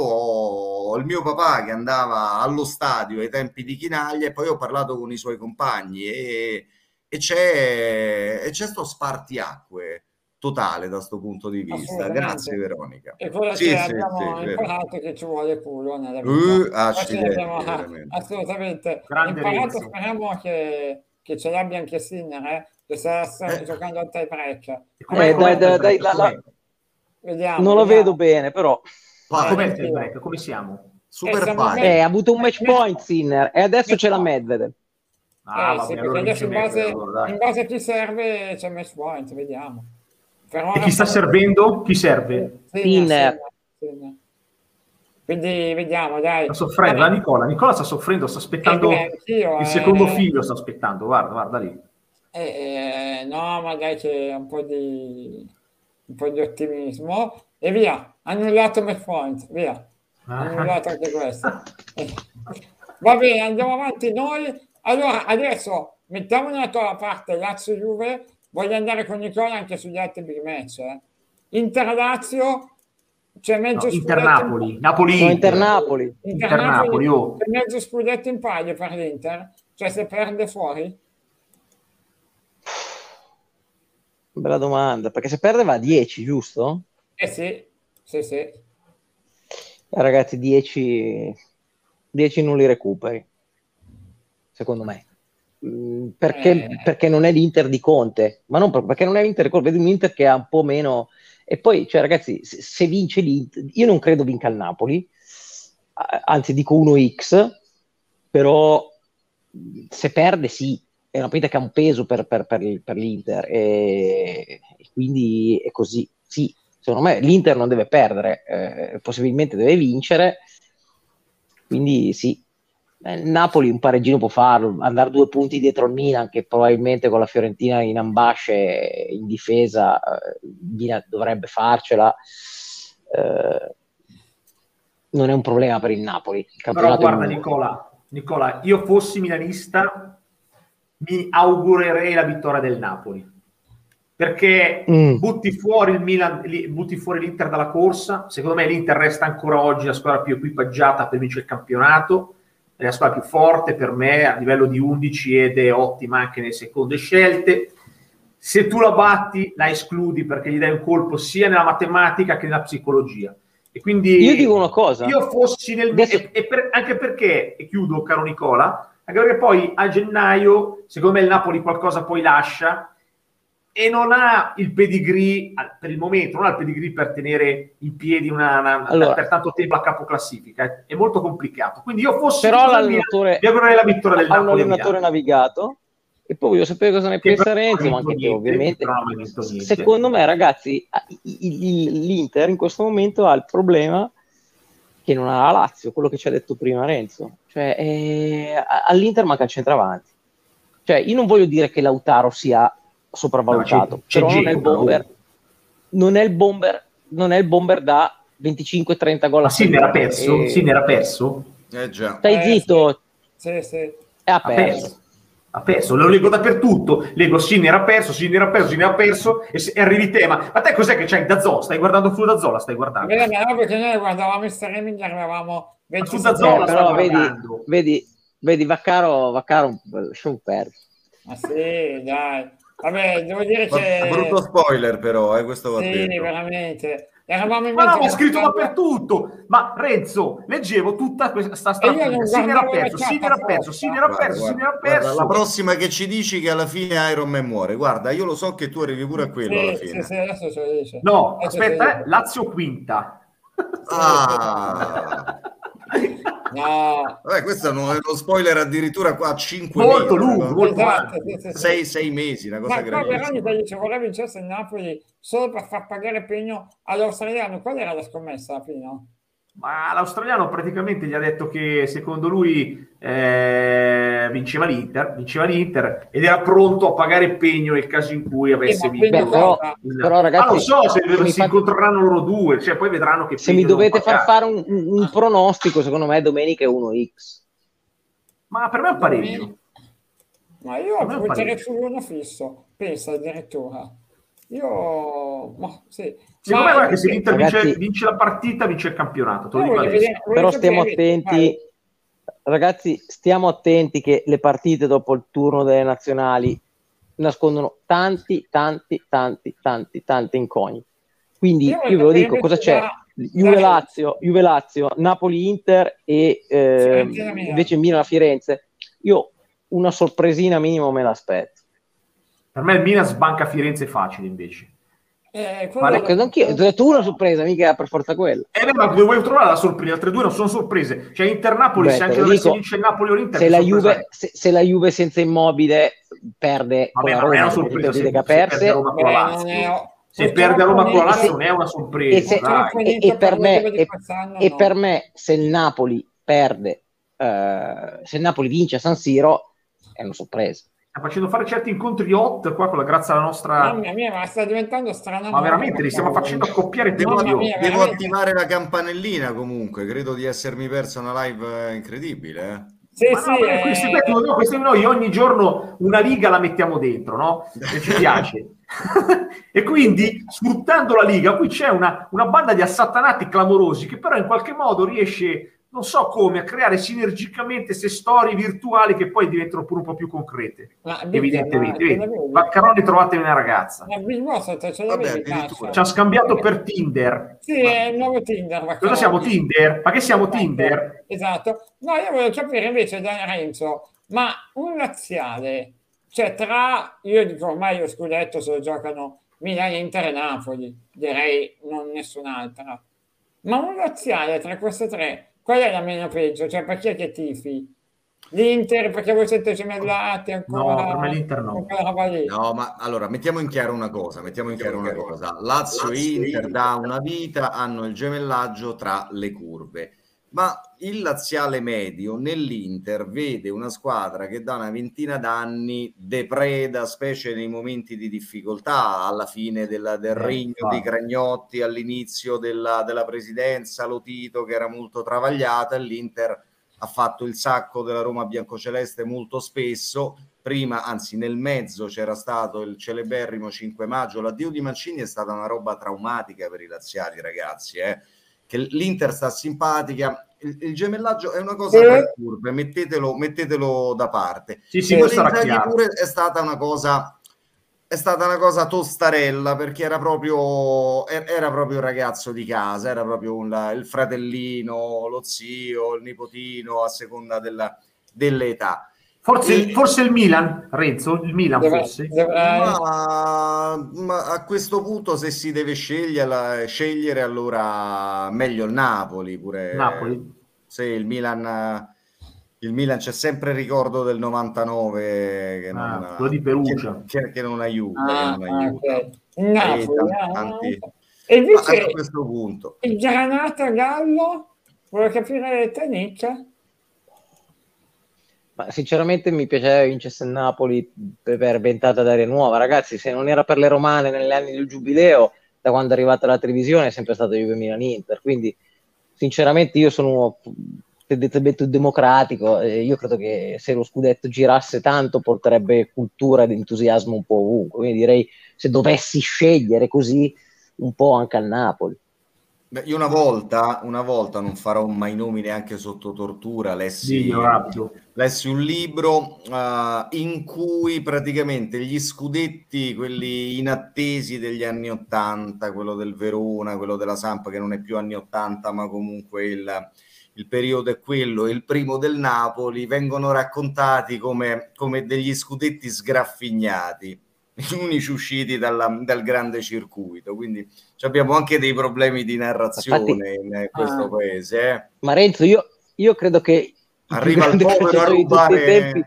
ho il mio papà che andava allo stadio ai tempi di Chinaglia, e poi ho parlato con i suoi compagni, e, e c'è e c'è sto spartiacque totale da sto punto di vista. Grazie Veronica. E quello sì, che sì, abbiamo sì, imparato che ci vuole culo nella vita. Uh, accidenti, abbiamo assolutamente grande imparato, Renzo. Speriamo che, che ce l'abbia anche Sinner, eh, che sta, sta eh. giocando al tie break. Eh, dai, dai, dai, la, la... Vediamo, non lo vediamo. vedo bene, però ma eh, com'è il tie break? Come siamo? Super eh, pari. Eh, ha avuto un match point Sinner e adesso c'è la Medvedev. Ah, eh, vabbè, sì, allora adesso in base, allora, in base a chi serve c'è match point, vediamo. E chi sta servendo? Chi serve? Sinner. Quindi vediamo, dai. Sta soffrendo, la Nicola. Nicola sta soffrendo, sta aspettando eh, beh, io, il secondo eh, figlio, sta aspettando, guarda, guarda lì. Eh, eh, no, ma dai, c'è un po' di un po' di ottimismo e via, annullato match point, via, annullato anche questo. Eh, va bene, andiamo avanti noi. Allora, adesso mettiamo nella tua parte Lazio-Juve, voglio andare con Nicola anche sugli altri big match. Eh. Inter-Lazio, c'è mezzo no, scudetto Inter-Napoli, in... Napoli, no, Inter-Napoli. Inter-Napoli, oh. C'è mezzo scudetto in palio per l'Inter, cioè se perde fuori? Bella domanda, perché se perde va a dieci, giusto? Eh sì, sì, sì. Eh, ragazzi, dieci non li recuperi, secondo me. Mm, perché, Eh. perché non è l'Inter di Conte, ma non perché non è l'Inter di Conte, vedi un Inter che ha un po' meno... E poi, cioè, ragazzi, se, se vince l'Inter, io non credo vinca il Napoli, anzi dico uno X, però se perde sì, è una partita che ha un peso per, per, per, per l'Inter, e, e quindi è così. Sì, secondo me l'Inter non deve perdere, eh, possibilmente deve vincere, quindi sì, Eh, il Napoli un pareggino può farlo, andare due punti dietro il Milan, che probabilmente con la Fiorentina in ambasce in difesa eh, il Milan dovrebbe farcela. Eh, non è un problema per il Napoli. Il Però guarda è Nicola, Nicola, io fossi milanista mi augurerei la vittoria del Napoli, perché mm. butti fuori il Milan, butti fuori l'Inter dalla corsa. Secondo me l'Inter resta ancora oggi la squadra più equipaggiata per vincere il campionato, è la squadra più forte per me a livello di undici ed è ottima anche nelle seconde scelte. Se tu la batti la escludi perché gli dai un colpo sia nella matematica che nella psicologia. E quindi io dico una cosa, io fossi nel Adesso... e, e per, anche perché, e chiudo caro Nicola, anche perché poi a gennaio secondo me il Napoli qualcosa poi lascia e non ha il pedigree per il momento, non ha il pedigree per tenere in piedi una, una, allora, per tanto tempo a capo classifica, è molto complicato. Quindi io fossi però l'allenatore mi augurerei la vittoria del ha Napoli. Un allenatore navigato. E poi voglio sapere cosa ne che pensa Renzo, ma anche te ovviamente. Secondo me, ragazzi, l'Inter in questo momento ha il problema che non ha la Lazio, quello che ci ha detto prima Renzo. Cioè, eh, all'Inter manca il centravanti. Cioè, io non voglio dire che Lautaro sia sopravvalutato, no, c'è, c'è però non è il bomber, non è il bomber, non è il bomber da venticinque trenta gol. Ma sì, ne era perso? E... Sì, ne era perso? Eh già. Stai eh, zitto. Sì, sì. Ha perso. Ha perso, lo leggo dappertutto, leggo Sinni era perso, Sinni era perso, Sinni era perso e, e arrivi te, ma, ma te cos'è che c'hai da Zola? Stai guardando fu da Zola, stai guardando? Bene, no, perché noi guardavamo il streaming e avevamo fu da Zola, però vedi, vedi, vedi Vaccaro, Vaccaro lasciamo perdere. Ma sì, dai. Vabbè, devo dire che... Brutto spoiler però, eh, questo va sì, detto. veramente. Eravamo in ma mezzo no, ma scritto dappertutto. Ma Renzo, leggevo tutta questa stagione. Sì, era perso, sì, era perso, sì, era perso, sì, era perso. La prossima che ci dici che alla fine Iron Man muore. Guarda, io lo so che tu arrivi pure a quello sì, alla fine. Sì, sì, adesso ce lo dice. No, adesso aspetta, eh, Lazio quinta. Ah. No. Vabbè, questo è uno spoiler addirittura qua a cinque molto mesi, lungo, molto esatto, sì, sì, sei, sì. sei mesi, una cosa ma grandissima. Ma Veronica dice vorrei vincesse il Napoli solo per far pagare pegno all'australiano. Qual era la scommessa alla fine? Ma l'australiano praticamente gli ha detto che secondo lui eh, vinceva l'Inter, vinceva l'Inter ed era pronto a pagare pegno nel caso in cui avesse eh, vinto. Beh, però, però ragazzi, ah, lo so se, se si fa... incontreranno loro due, cioè poi vedranno che se mi dovete far fare un, un pronostico, secondo me domenica è uno x. Ma per me è un pareggio. Ma io punterei su uno fisso, pensa addirittura. Io, ma sì. Secondo ma me che se l'Inter ragazzi, vince, vince la partita, vince il campionato. Te lo dico adesso. Vedere, però stiamo attenti, ragazzi, stiamo attenti che le partite dopo il turno delle nazionali nascondono tanti, tanti, tanti, tanti, tanti incogniti. Quindi io, io ve lo dico, cosa c'è? Juve Lazio, Juve Lazio, Napoli Inter e eh, invece Milan Firenze. Io una sorpresina minimo me l'aspetto. Per me il Milan sbanca Firenze facile invece. Eh, ma credo anch'io, ho detto una sorpresa, mica per forza quella. Eh, ma dove vuoi trovare la sorpresa? Le altre due non sono sorprese. Cioè Inter-Napoli, se anche dovesse vincere il Napoli o l'Inter, se la, Juve, se, se la Juve senza Immobile perde vabbè, con la Roma, non è una sorpresa se, se, se perde Roma con la Lazio. Se perde Roma con la Lazio non è una sorpresa. E, se, e, e, per, me, e, e no. per me se il Napoli perde, eh, se il Napoli vince a San Siro è una sorpresa. Sta facendo fare certi incontri hot qua con la grazie alla nostra. Mamma mia, ma sta diventando strana. Ma veramente li stiamo facendo accoppiare devo, tutti. Devo veramente. attivare la campanellina comunque. Credo di essermi perso una live incredibile. Eh. Sì, ma sì, no, eh... questi, no, questi noi ogni giorno una liga la mettiamo dentro, no? E ci piace. E quindi sfruttando la liga, qui c'è una, una banda di assattanati clamorosi che però in qualche modo riesce. Non so come, a creare sinergicamente queste storie virtuali che poi diventano pure un po' più concrete. Ma, evidentemente. Vaccaroni, trovatevi una ragazza. Ma Big Boss, ce l'avevi, ci ha scambiato per Tinder. Sì, ma... è il nuovo Tinder. Vaccaroni. Cosa siamo, Tinder? Ma che siamo, esatto. Tinder? Esatto. No, io voglio capire invece da Renzo, ma un laziale, cioè tra, io dico ormai lo scudetto se lo giocano Milan, Inter e Napoli, direi non nessun'altra. Ma un laziale tra queste tre, qual è la meno peggio? Cioè, per chi è che tifi? L'Inter, perché voi siete gemellati ancora? No, per me l'Inter no. No, ma allora, mettiamo in chiaro una cosa, mettiamo in chiaro una cosa. Lazio e Inter da una vita hanno il gemellaggio tra le curve. Ma il laziale medio nell'Inter vede una squadra che da una ventina d'anni depreda, specie nei momenti di difficoltà, alla fine della, del Eh, regno infatti. di Cragnotti, all'inizio della, della presidenza, Lotito che era molto travagliata, e l'Inter ha fatto il sacco della Roma biancoceleste molto spesso. Prima, anzi nel mezzo c'era stato il celeberrimo cinque maggio, l'addio di Mancini è stata una roba traumatica per i laziali, ragazzi, eh. Che l'Inter sta simpatica, il, il gemellaggio è una cosa Eh. per curve, mettetelo, mettetelo da parte. Sì, sì, Simone questo era Inzaghi chiaro. pure è stata una cosa è stata una cosa tostarella, perché era proprio era proprio il ragazzo di casa, era proprio un, il fratellino, lo zio, il nipotino, a seconda della, dell'età. Forse, E- forse il Milan, Renzo, il Milan Deve- forse. deve- Ma, ma a questo punto, se si deve scegliere, scegliere, allora meglio il Napoli pure. Napoli. Sì, il Milan, il Milan c'è sempre il ricordo del novantanove che non, Ah, quello di Perugia. che, che non aiuta, Ah, che non aiuta. ok. Il Napoli, E ah, tanti- e Ma invece a questo punto, il Granata Gallo, vuoi capire te, Nick? Ma sinceramente mi piaceva vincesse il Napoli per ventata d'aria nuova. Ragazzi, se non era per le romane negli anni del Giubileo, da quando è arrivata la televisione è sempre stato Juve Milan Inter. Quindi, sinceramente, io sono uno tendenzialmente democratico. E io credo che se lo scudetto girasse tanto porterebbe cultura ed entusiasmo un po' ovunque. Quindi direi, se dovessi scegliere così, un po' anche al Napoli. beh, io una volta, una volta, non farò mai nomi neanche sotto tortura, lessi, Diglielo rapido. lessi un libro uh, in cui praticamente gli scudetti, quelli inattesi degli anni ottanta, quello del Verona, quello della Samp, che non è più anni ottanta, ma comunque il, il periodo è quello, e il primo del Napoli, vengono raccontati come, come degli scudetti sgraffignati, gli unici usciti dalla, dal grande circuito. Quindi abbiamo anche dei problemi di narrazione Infatti, in questo ah. paese, eh. Ma Renzo, io, io credo che il Arriva più il grande povero a calciatore di tutti i rubare. tempi,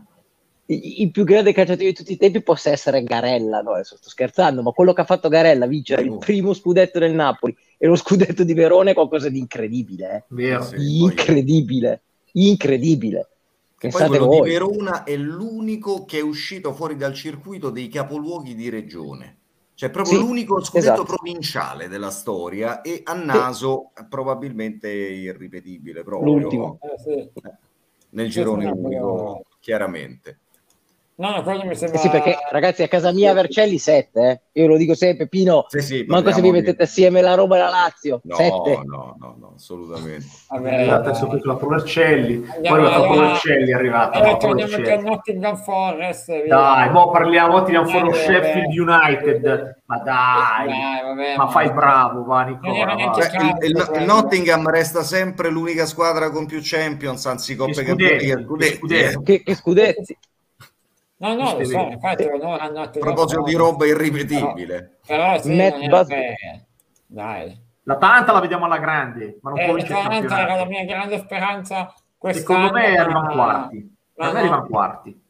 il più grande calciatore di tutti i tempi possa essere Garella, no? Adesso sto scherzando, ma quello che ha fatto Garella, vincere il primo scudetto del Napoli e lo scudetto di Verona, è qualcosa di incredibile, eh? Vero. Sì, sì, poi- incredibile, incredibile. Che poi Pensate quello voi. di Verona è l'unico che è uscito fuori dal circuito dei capoluoghi di regione, cioè proprio Sì, l'unico scudetto esatto. provinciale della storia, e a naso probabilmente irripetibile proprio. L'ultimo. Eh, sì. Eh, nel girone Questo è unico, proprio- chiaramente. No, no, quello mi Eh sembra... sì, perché ragazzi, a casa mia Vercelli sette, eh? Io lo dico sempre, Pino, Sì, sì, manco se vi parliamo di- mettete assieme la Roma e la Lazio, No, sette. no, no, no, assolutamente. Vabbè, Adesso dai. la Provercelli, poi Andiamo, la allora- Provercelli è arrivata. Allora la torniamo al Provercelli. Nottingham Forest. via. Dai, mo parliamo, tiriamo fuori lo Eh, Sheffield vabbè. United, ma dai, Dai, vabbè, ma ma- fai bravo, va Non Nicola, era neanche va. Cioè, il, il- calcio, il Nottingham resta sempre l'unica squadra con più Champions, anzi Coppe Che Campioni che scudetti, scudetti. che scudetti. eh. Che, che scudetti. No, no, lo Questo è so, vero. infatti non hanno A proposito di roba irripetibile. Però, però sì, Matt non era Busby. per- Dai. L'Atalanta la vediamo alla grande, ma non Eh, può vincere il l'Atalanta era la campionato. mia grande speranza quest'anno. Secondo me arrivano ma- quarti. ma Per me no. arrivano quarti.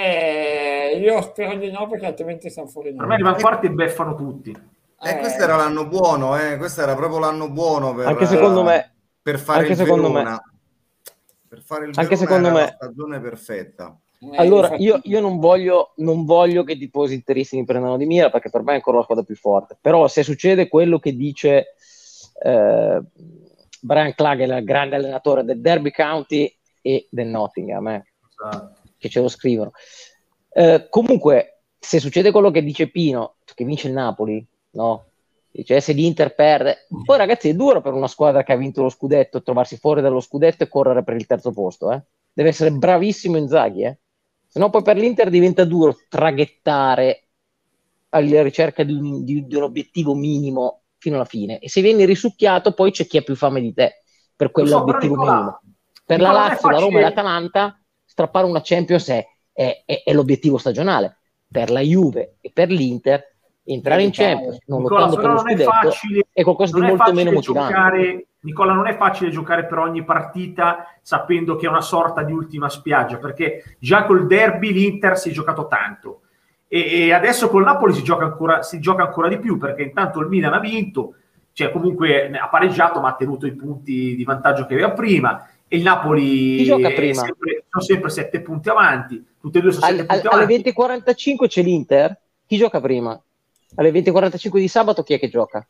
Eh, io spero di no, perché altrimenti siamo fuori Per noi. me arrivano quarti e beffano tutti. E questo era l'anno buono, eh? Questo era proprio l'anno buono per, Anche secondo me. per fare Anche il secondo me. Verona. Per fare il Anche Verona secondo era me. la stagione perfetta. Eh, Allora, infatti- io, io non voglio non voglio che i tifosi interisti mi prendano di mira, perché per me è ancora la squadra più forte. Però se succede quello che dice eh, Brian Clough, il grande allenatore del Derby County e del Nottingham, eh, che ce lo scrivono. Eh, comunque, se succede quello che dice Pino, che vince il Napoli, no? Dice, eh, se l'Inter perde, poi ragazzi è duro per una squadra che ha vinto lo scudetto trovarsi fuori dallo scudetto e correre per il terzo posto, eh? Deve essere bravissimo Inzaghi, eh? Se no poi per l'Inter diventa duro traghettare alla ricerca di un, di, di un obiettivo minimo fino alla fine, e se vieni risucchiato poi c'è chi ha più fame di te per quell'obiettivo Lo so, però, Nicola, minimo. Per Nicola, la non è Lazio, la Roma e facile- l'Atalanta strappare una Champions è, è, è, è l'obiettivo stagionale. Per la Juve e per l'Inter entrare in Champions non Nicola, lottando per però lo non è scudetto facile, è qualcosa di non è molto facile meno motivante. giocare, Nicola, non è facile giocare per ogni partita sapendo che è una sorta di ultima spiaggia, perché già col derby l'Inter si è giocato tanto e, e adesso col Napoli si gioca ancora si gioca ancora di più, perché intanto il Milan ha vinto, cioè comunque ha pareggiato ma ha tenuto i punti di vantaggio che aveva prima, e il Napoli Chi gioca prima? Sempre, sono sempre sette punti avanti, tutte e due sono sette Al, punti al, avanti. alle venti e quarantacinque c'è l'Inter, chi gioca prima? Alle venti e quarantacinque di sabato chi è che gioca?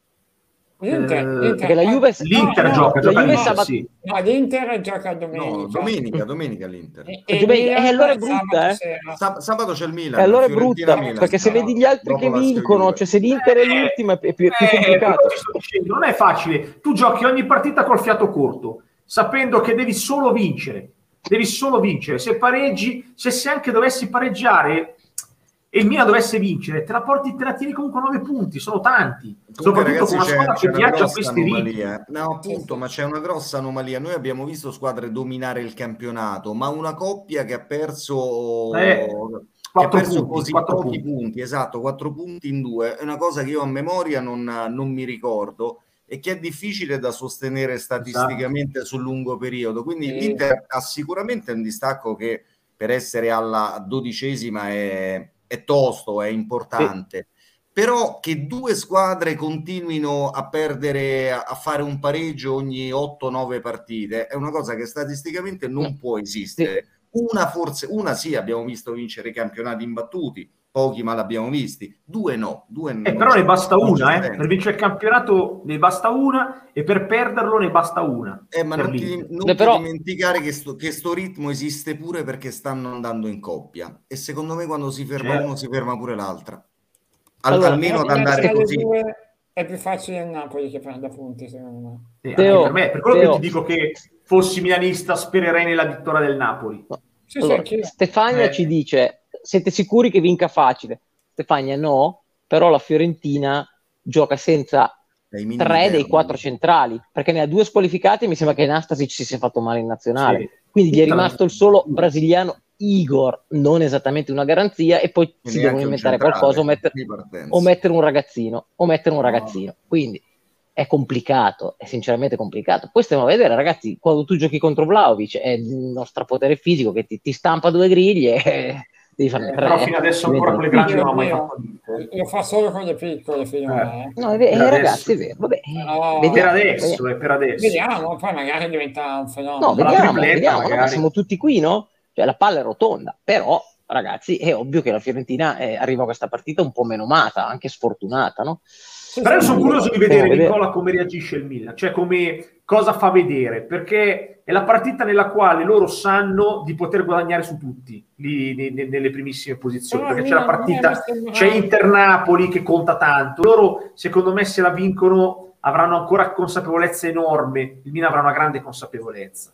L'Inter, Eh, l'Inter, perché la Juve- l'Inter no, gioca, la gioca Juve l'Inter, sabato- sì. no, l'Inter gioca domenica. No, domenica, domenica l'Inter. E, e Domenica- Milan eh, allora è sabato brutta, eh. sera. Sab- sabato c'è il Milan. E allora è Fiorentina, brutta, Milan, perché se sabato. vedi gli altri Dopo che Lazio vincono, Juve. cioè se l'Inter è l'ultima è più, più Eh, complicato. però ti sto dicendo, non è facile. Tu giochi ogni partita col fiato corto, sapendo che devi solo vincere. Devi solo vincere. Se pareggi, se, se anche dovessi pareggiare e il Milan dovesse vincere, te la porti, te la tieni comunque a nove punti, sono tanti. Comunque, Soprattutto ragazzi, con una c'è, squadra c'è che una viaggia a grossa questi ritmi. anomalia. No, appunto, Sì, sì. ma c'è una grossa anomalia. Noi abbiamo visto squadre dominare il campionato, ma una coppia che ha perso, Eh, che ha quattro perso punti, così quattro pochi punti. punti. Esatto, quattro punti in due. È una cosa che io a memoria non, non mi ricordo e che è difficile da sostenere statisticamente sul lungo periodo. Quindi Sì. l'Inter ha sicuramente un distacco che per essere alla dodicesima è, è tosto, è importante. Però che due squadre continuino a perdere, a fare un pareggio ogni otto nove partite è una cosa che statisticamente non No. può esistere. Una forse, una sì, abbiamo visto vincere i campionati imbattuti, pochi ma l'abbiamo visti, due no. Due Eh, non però c'è- ne basta non c'è una, eh. senso. Per vincere il campionato ne basta una e per perderlo ne basta una. Eh, ma per non ti, l'Inter. non Beh, ti però- dimenticare che sto, che sto ritmo esiste pure perché stanno andando in coppia e secondo me quando si ferma Certo. uno si ferma pure l'altra. Al- Allora, almeno ad Però andare tra le così. due è più facile il Napoli che prenda punti, secondo me. Sì, anche Teo, per me, per quello Teo. che ti dico che fossi milanista spererei nella vittoria del Napoli. No. Sì, Allora, sì, anch'io. Stefania Eh. ci dice: siete sicuri che vinca facile? Stefania no, però la Fiorentina gioca senza Dai minimi tre dei termini. quattro centrali, perché ne ha due squalificati e mi sembra che Nastasic si sia fatto male in nazionale. Sì. Quindi gli è Tutta la- rimasto il solo brasiliano Igor, non esattamente una garanzia, e poi E si neanche devono un inventare centrale qualcosa o, metter- di partenza. o mettere un ragazzino o mettere un No. ragazzino. Quindi è complicato, è sinceramente complicato. Poi stiamo a vedere, ragazzi, quando tu giochi contro Vlahovic è il nostro potere fisico che ti, ti stampa due griglie e devi farne Eh, tre. però fino adesso ancora con le Diventa grandi non ha mai Io- fatto niente. Lo fa solo con le piccole finora. Eh. eh. No, è vero, Per eh, adesso. ragazzi, è vero. Vabbè, Però- vediamo, Per adesso, vediamo. eh, per adesso. Vediamo, poi magari diventa un fenomeno. No, Con la vediamo, tripletta, vediamo. No, magari. ma siamo tutti qui, no? Cioè, la palla è rotonda, però, ragazzi, è ovvio che la Fiorentina eh, arriva a questa partita un po' menomata, anche sfortunata, no? Sì, Però io sì, sono ma- curioso di vedere, Stiamo a vedere. Nicola, come reagisce il Milan, cioè come, cosa fa vedere, perché è la partita nella quale loro sanno di poter guadagnare su tutti lì ne- ne- nelle primissime posizioni, Però perché il c'è la Milan non mi partita, sembra- c'è Inter-Napoli che conta tanto, loro secondo me se la vincono avranno ancora consapevolezza enorme, il Milan avrà una grande consapevolezza.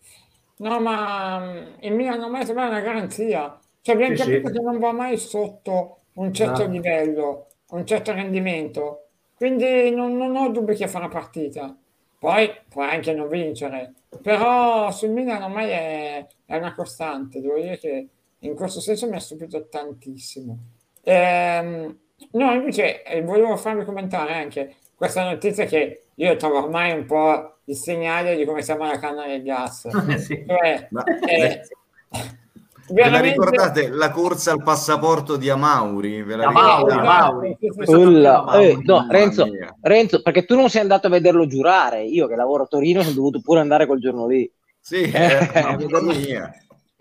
No, ma mm, il Milan non mi sembra una garanzia. Cioè, abbiamo Sì, capito sì. che non va mai sotto un certo Esatto. livello, un certo rendimento. Quindi non, non ho dubbi che farà partita. Poi può anche non vincere. Però sul Milan ormai è, è una costante. Devo dire che in questo senso mi ha stupito tantissimo. Ehm, no, invece eh, volevo farvi commentare anche questa notizia che io trovo ormai un po' il segnale di come siamo alla canna del gas. Sì. Cioè, Ma- eh, Ve la veramente- ricordate la corsa al passaporto di Amauri? Ve la Amauri, ricordate? Amauri. Sì, sì, Questa sì. Ulla, Mauri, eh, no, mamma Renzo, mia. Renzo, perché tu non sei andato a vederlo giurare, io che lavoro a Torino sono dovuto pure andare quel giorno lì. Sì, Eh, eh, mamma vederlo- mia.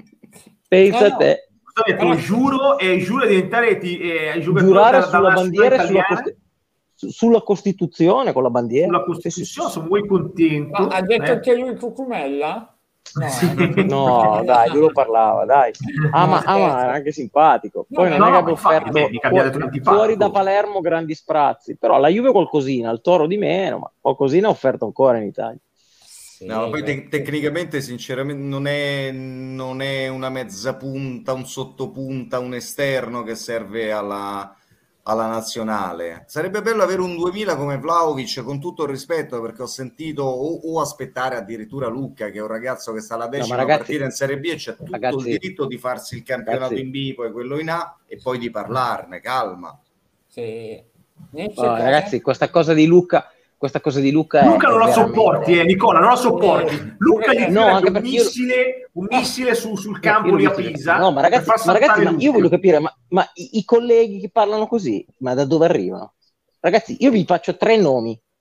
Pensa No, a no. te, Ho detto, Però- giuro e giuro di diventare ti, eh, giocatore giurare della- sulla della bandiera e sulla, italiana, costi- su- sulla Costituzione con la bandiera. sulla Sì, sì, Costituzione, sì. sono molto contento. Ma ha detto eh. anche lui Cucumella? No, Sì. eh. No, dai, lui lo parlava, dai. Ah, ma, ah, ma era anche simpatico. Poi No, non no, è che no, abbia infatti, offerto beh, mica abbia fuori, detto antipatico. fuori da Palermo grandi sprazzi, però la Juve qualcosina, il Toro di meno, ma qualcosina ha offerto ancora in Italia. Sì, No, ma poi te- beh, tecnicamente, sinceramente, non è, non è una mezza punta, un sottopunta, un esterno che serve alla, alla nazionale. Sarebbe bello avere un duemila come Vlahovic, con tutto il rispetto, perché ho sentito, o, o aspettare addirittura Luca, che è un ragazzo che sta alla decima ragazzi- partita in Serie B e c'è tutto ragazzi- il diritto di farsi il campionato ragazzi- in B, poi quello in A, e poi di parlarne, calma. sì. Niente No, cosa- ragazzi, questa cosa di Luca, questa cosa di Luca è, Luca non è la veramente- sopporti, eh, Nicola, non la sopporti. Eh, Luca gli no, tira anche un perché io- missile, un missile su- sul No, campo io lì lo a dico- Pisa. No, ma ragazzi, per far ma ragazzi, saltare ma Luca. io voglio capire, ma, ma i, i colleghi che parlano così, ma da dove arrivano? Ragazzi, io vi faccio tre nomi,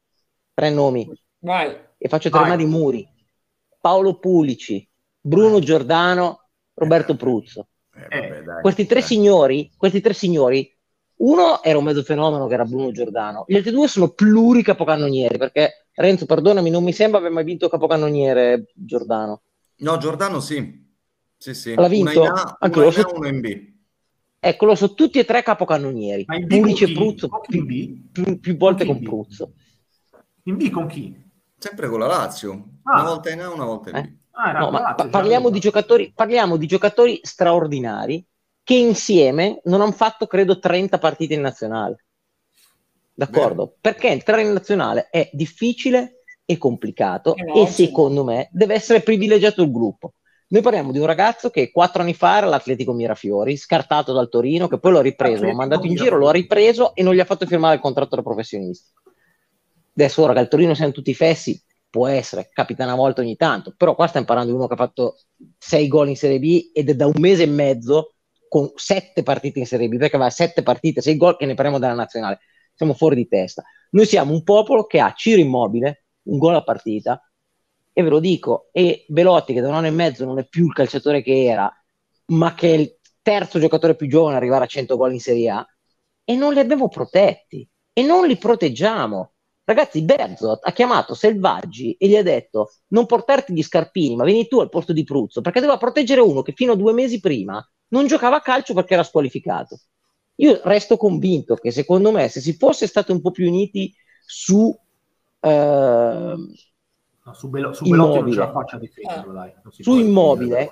tre nomi, Vai. e faccio tre Vai. mani muri: Paolo Pulici, Bruno Giordano, Roberto Pruzzo. Eh, vabbè, dai, Questi tre dai. signori, questi tre signori, uno era un mezzo fenomeno che era Bruno Giordano, gli altri due sono pluricapocannonieri, perché Renzo, perdonami, non mi sembra aver mai vinto capocannoniere Giordano. No, Giordano sì. Sì, sì. L'ha vinto? Una in A, Anche una lo in A, so- uno in B. Ecco, lo so tutti e tre capocannonieri. Ma in B con Pulici e chi? Pruzzo, Con chi in più, B? più- più volte Con con chi in B? Pruzzo. In B con chi? Sempre con la Lazio. Ah. Una volta in A, una volta in Eh? B. Ah, era No, con la ma Lazio, pa- già parliamo, allora. di giocatori, parliamo di giocatori straordinari che insieme non hanno fatto, credo, trenta partite in nazionale. D'accordo? Vero. Perché entrare in nazionale è difficile e complicato Eh no, e sì, secondo me deve essere privilegiato il gruppo. Noi parliamo di un ragazzo che quattro anni fa era all'Atletico Mirafiori, scartato dal Torino, che poi l'ho ripreso, l'ho Atletico mandato in Mirafiori. giro, l'ho ripreso e non gli ha fatto firmare il contratto da professionista. Adesso ora che al Torino siamo tutti fessi, può essere, capita una volta ogni tanto, però qua stiamo parlando di uno che ha fatto sei gol in Serie B ed è da un mese e mezzo con sette partite in Serie B, perché aveva sette partite, sei gol, che ne parliamo della nazionale. Siamo fuori di testa. Noi siamo un popolo che ha Ciro Immobile, un gol a partita, e ve lo dico, e Belotti, che da un anno e mezzo non è più il calciatore che era, ma che è il terzo giocatore più giovane ad arrivare a cento gol in Serie A, e non li abbiamo protetti, e non li proteggiamo. Ragazzi, Berzot ha chiamato Selvaggi e gli ha detto: non portarti gli scarpini, ma vieni tu al posto di Pruzzo, perché doveva proteggere uno che fino a due mesi prima non giocava a calcio perché era squalificato. Io resto convinto che, secondo me, se si fosse stati un po' più uniti su eh, No, su, Belo- su Belotti non ce la Immobile, faccio a difenderlo, dai. Non si su può Immobile,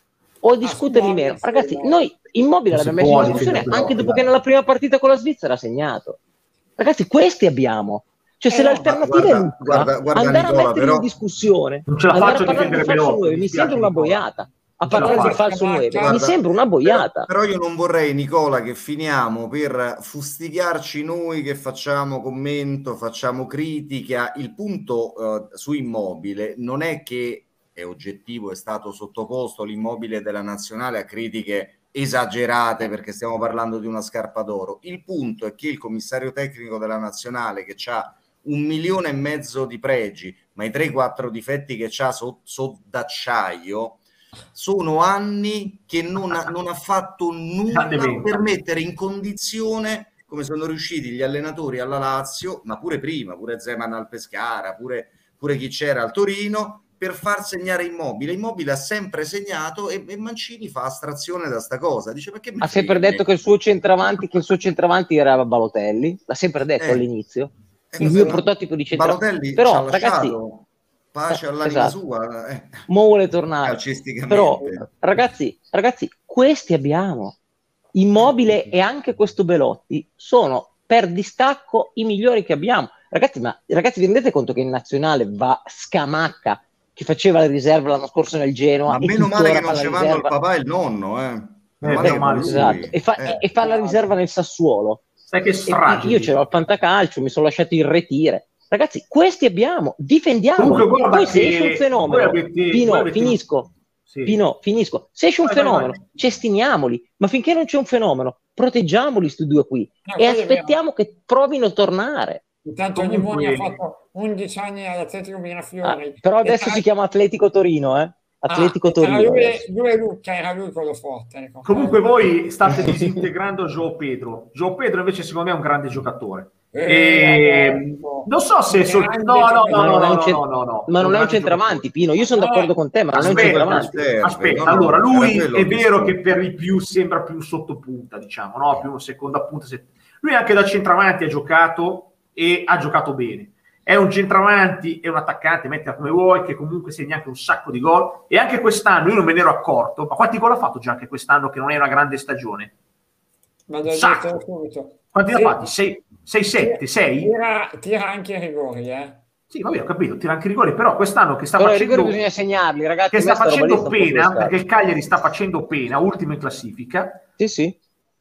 o discutere di Immobile, meno. sì, Ragazzi, no. noi Immobile Non si l'abbiamo messo in può discussione difendere anche Belotti, dopo che dai. nella prima partita con la Svizzera ha segnato. Ragazzi, questi abbiamo. Cioè, Eh se no, l'alternativa guarda, è Lucca, guarda, guarda, andare Nicola, a mettere però- in discussione, Non ce la andare faccio a a parlare di difendere falso Belotti, nove, mi mi dispiace, sembra una Nicola. boiata. A Non ce la parlare di faccio. falso nove, Guarda, mi sembra una Però, boiata. però io non vorrei, Nicola, che finiamo per fustigarci noi che facciamo commento, facciamo critica. Il punto eh, su Immobile non è che è oggettivo, è stato sottoposto l'Immobile della nazionale a critiche esagerate perché stiamo parlando di una scarpa d'oro. Il punto è che il commissario tecnico della nazionale, che ha un milione e mezzo di pregi, ma i tre quattro difetti che c'ha so, so d'acciaio, sono anni che non ha, non ha fatto nulla Grande venta. per mettere in condizione, come sono riusciti gli allenatori alla Lazio, ma pure prima, pure Zeman al Pescara, pure, pure chi c'era al Torino, per far segnare Immobile. Immobile ha sempre segnato e, e Mancini fa astrazione da sta cosa. Dice, perché mi Ha sempre frega a me? detto che il suo centravanti, che il suo centravanti era Balotelli, l'ha sempre detto Eh. all'inizio. Eh, Il vabbè, mio ma prototipo di centravanti. Balotelli ci Però, ha ragazzi, lasciato pace eh, all'anima esatto. sua, eh, Mo vuole tornare. calcisticamente. Però, ragazzi, ragazzi, questi abbiamo. Immobile e anche questo Belotti sono per distacco i migliori che abbiamo. Ragazzi, ma ragazzi, vi rendete conto che in nazionale va Scamacca, che faceva la riserva l'anno scorso nel Genoa, Ma e meno male tuttora che fa non la ci vanno il riserva. papà e il nonno, eh. Meno Eh, male meno che male, va lui. Esatto, e fa, Eh. e fa la riserva nel Sassuolo. Sai che E strage. io c'ero al Fantacalcio, mi sono lasciato irretire. Ragazzi, questi abbiamo, difendiamo. Comunque, guarda Poi se che esce un fenomeno, voi avete- Pino, voi avete- finisco, Sì. Pino, finisco. Se esce un Vai, vai, fenomeno, vai. cestiniamoli, ma finché non c'è un fenomeno, proteggiamoli sti due qui No, e quello è aspettiamo che provino a tornare. Intanto Comunque- Limoni ha fatto undici anni all'Atletico Ah, Mirafiori. però E adesso tra- si chiama Atletico Torino, eh? Atletico ah, e tra Torino. lui, adesso. e- lui e Lucca era lui quello forte. Ecco. Comunque voi state disintegrando João Pedro. João Pedro invece secondo me è un grande giocatore. Eh, E... ecco. Non so se... sol- Grande No, no, no, giocatore. Ma no, non è no, un, cent- no, no, no. ma È non è un grande centravanti, giocatore. Pino. Io sono No. d'accordo con te, ma non è un Aspetta, centravanti. Serve, Aspetta, no, no, allora era lui quello è che vero sto- che per i più sembra più sottopunta, diciamo, no? Più seconda punta. se- Lui anche da centravanti ha giocato e ha giocato bene. È un centravanti, è un attaccante, mettila come vuoi, che comunque segna anche un sacco di gol. E anche quest'anno io non me ne ero accorto, ma quanti gol ha fatto già anche quest'anno che non è una grande stagione? Vado a Sacco. dirtelo subito. Quanti ne Sì. ha fatti? sei sette, sei? Tira, tira anche i rigori, eh. Sì, vabbè, ho capito, tira anche i rigori, però quest'anno che sta Però i facendo... rigori bisogna segnarli, ragazzi. che a me sta sta roba lì facendo sta un po' pena, sulle perché il scatole. Cagliari sta facendo pena, ultimo in classifica, Sì, sì.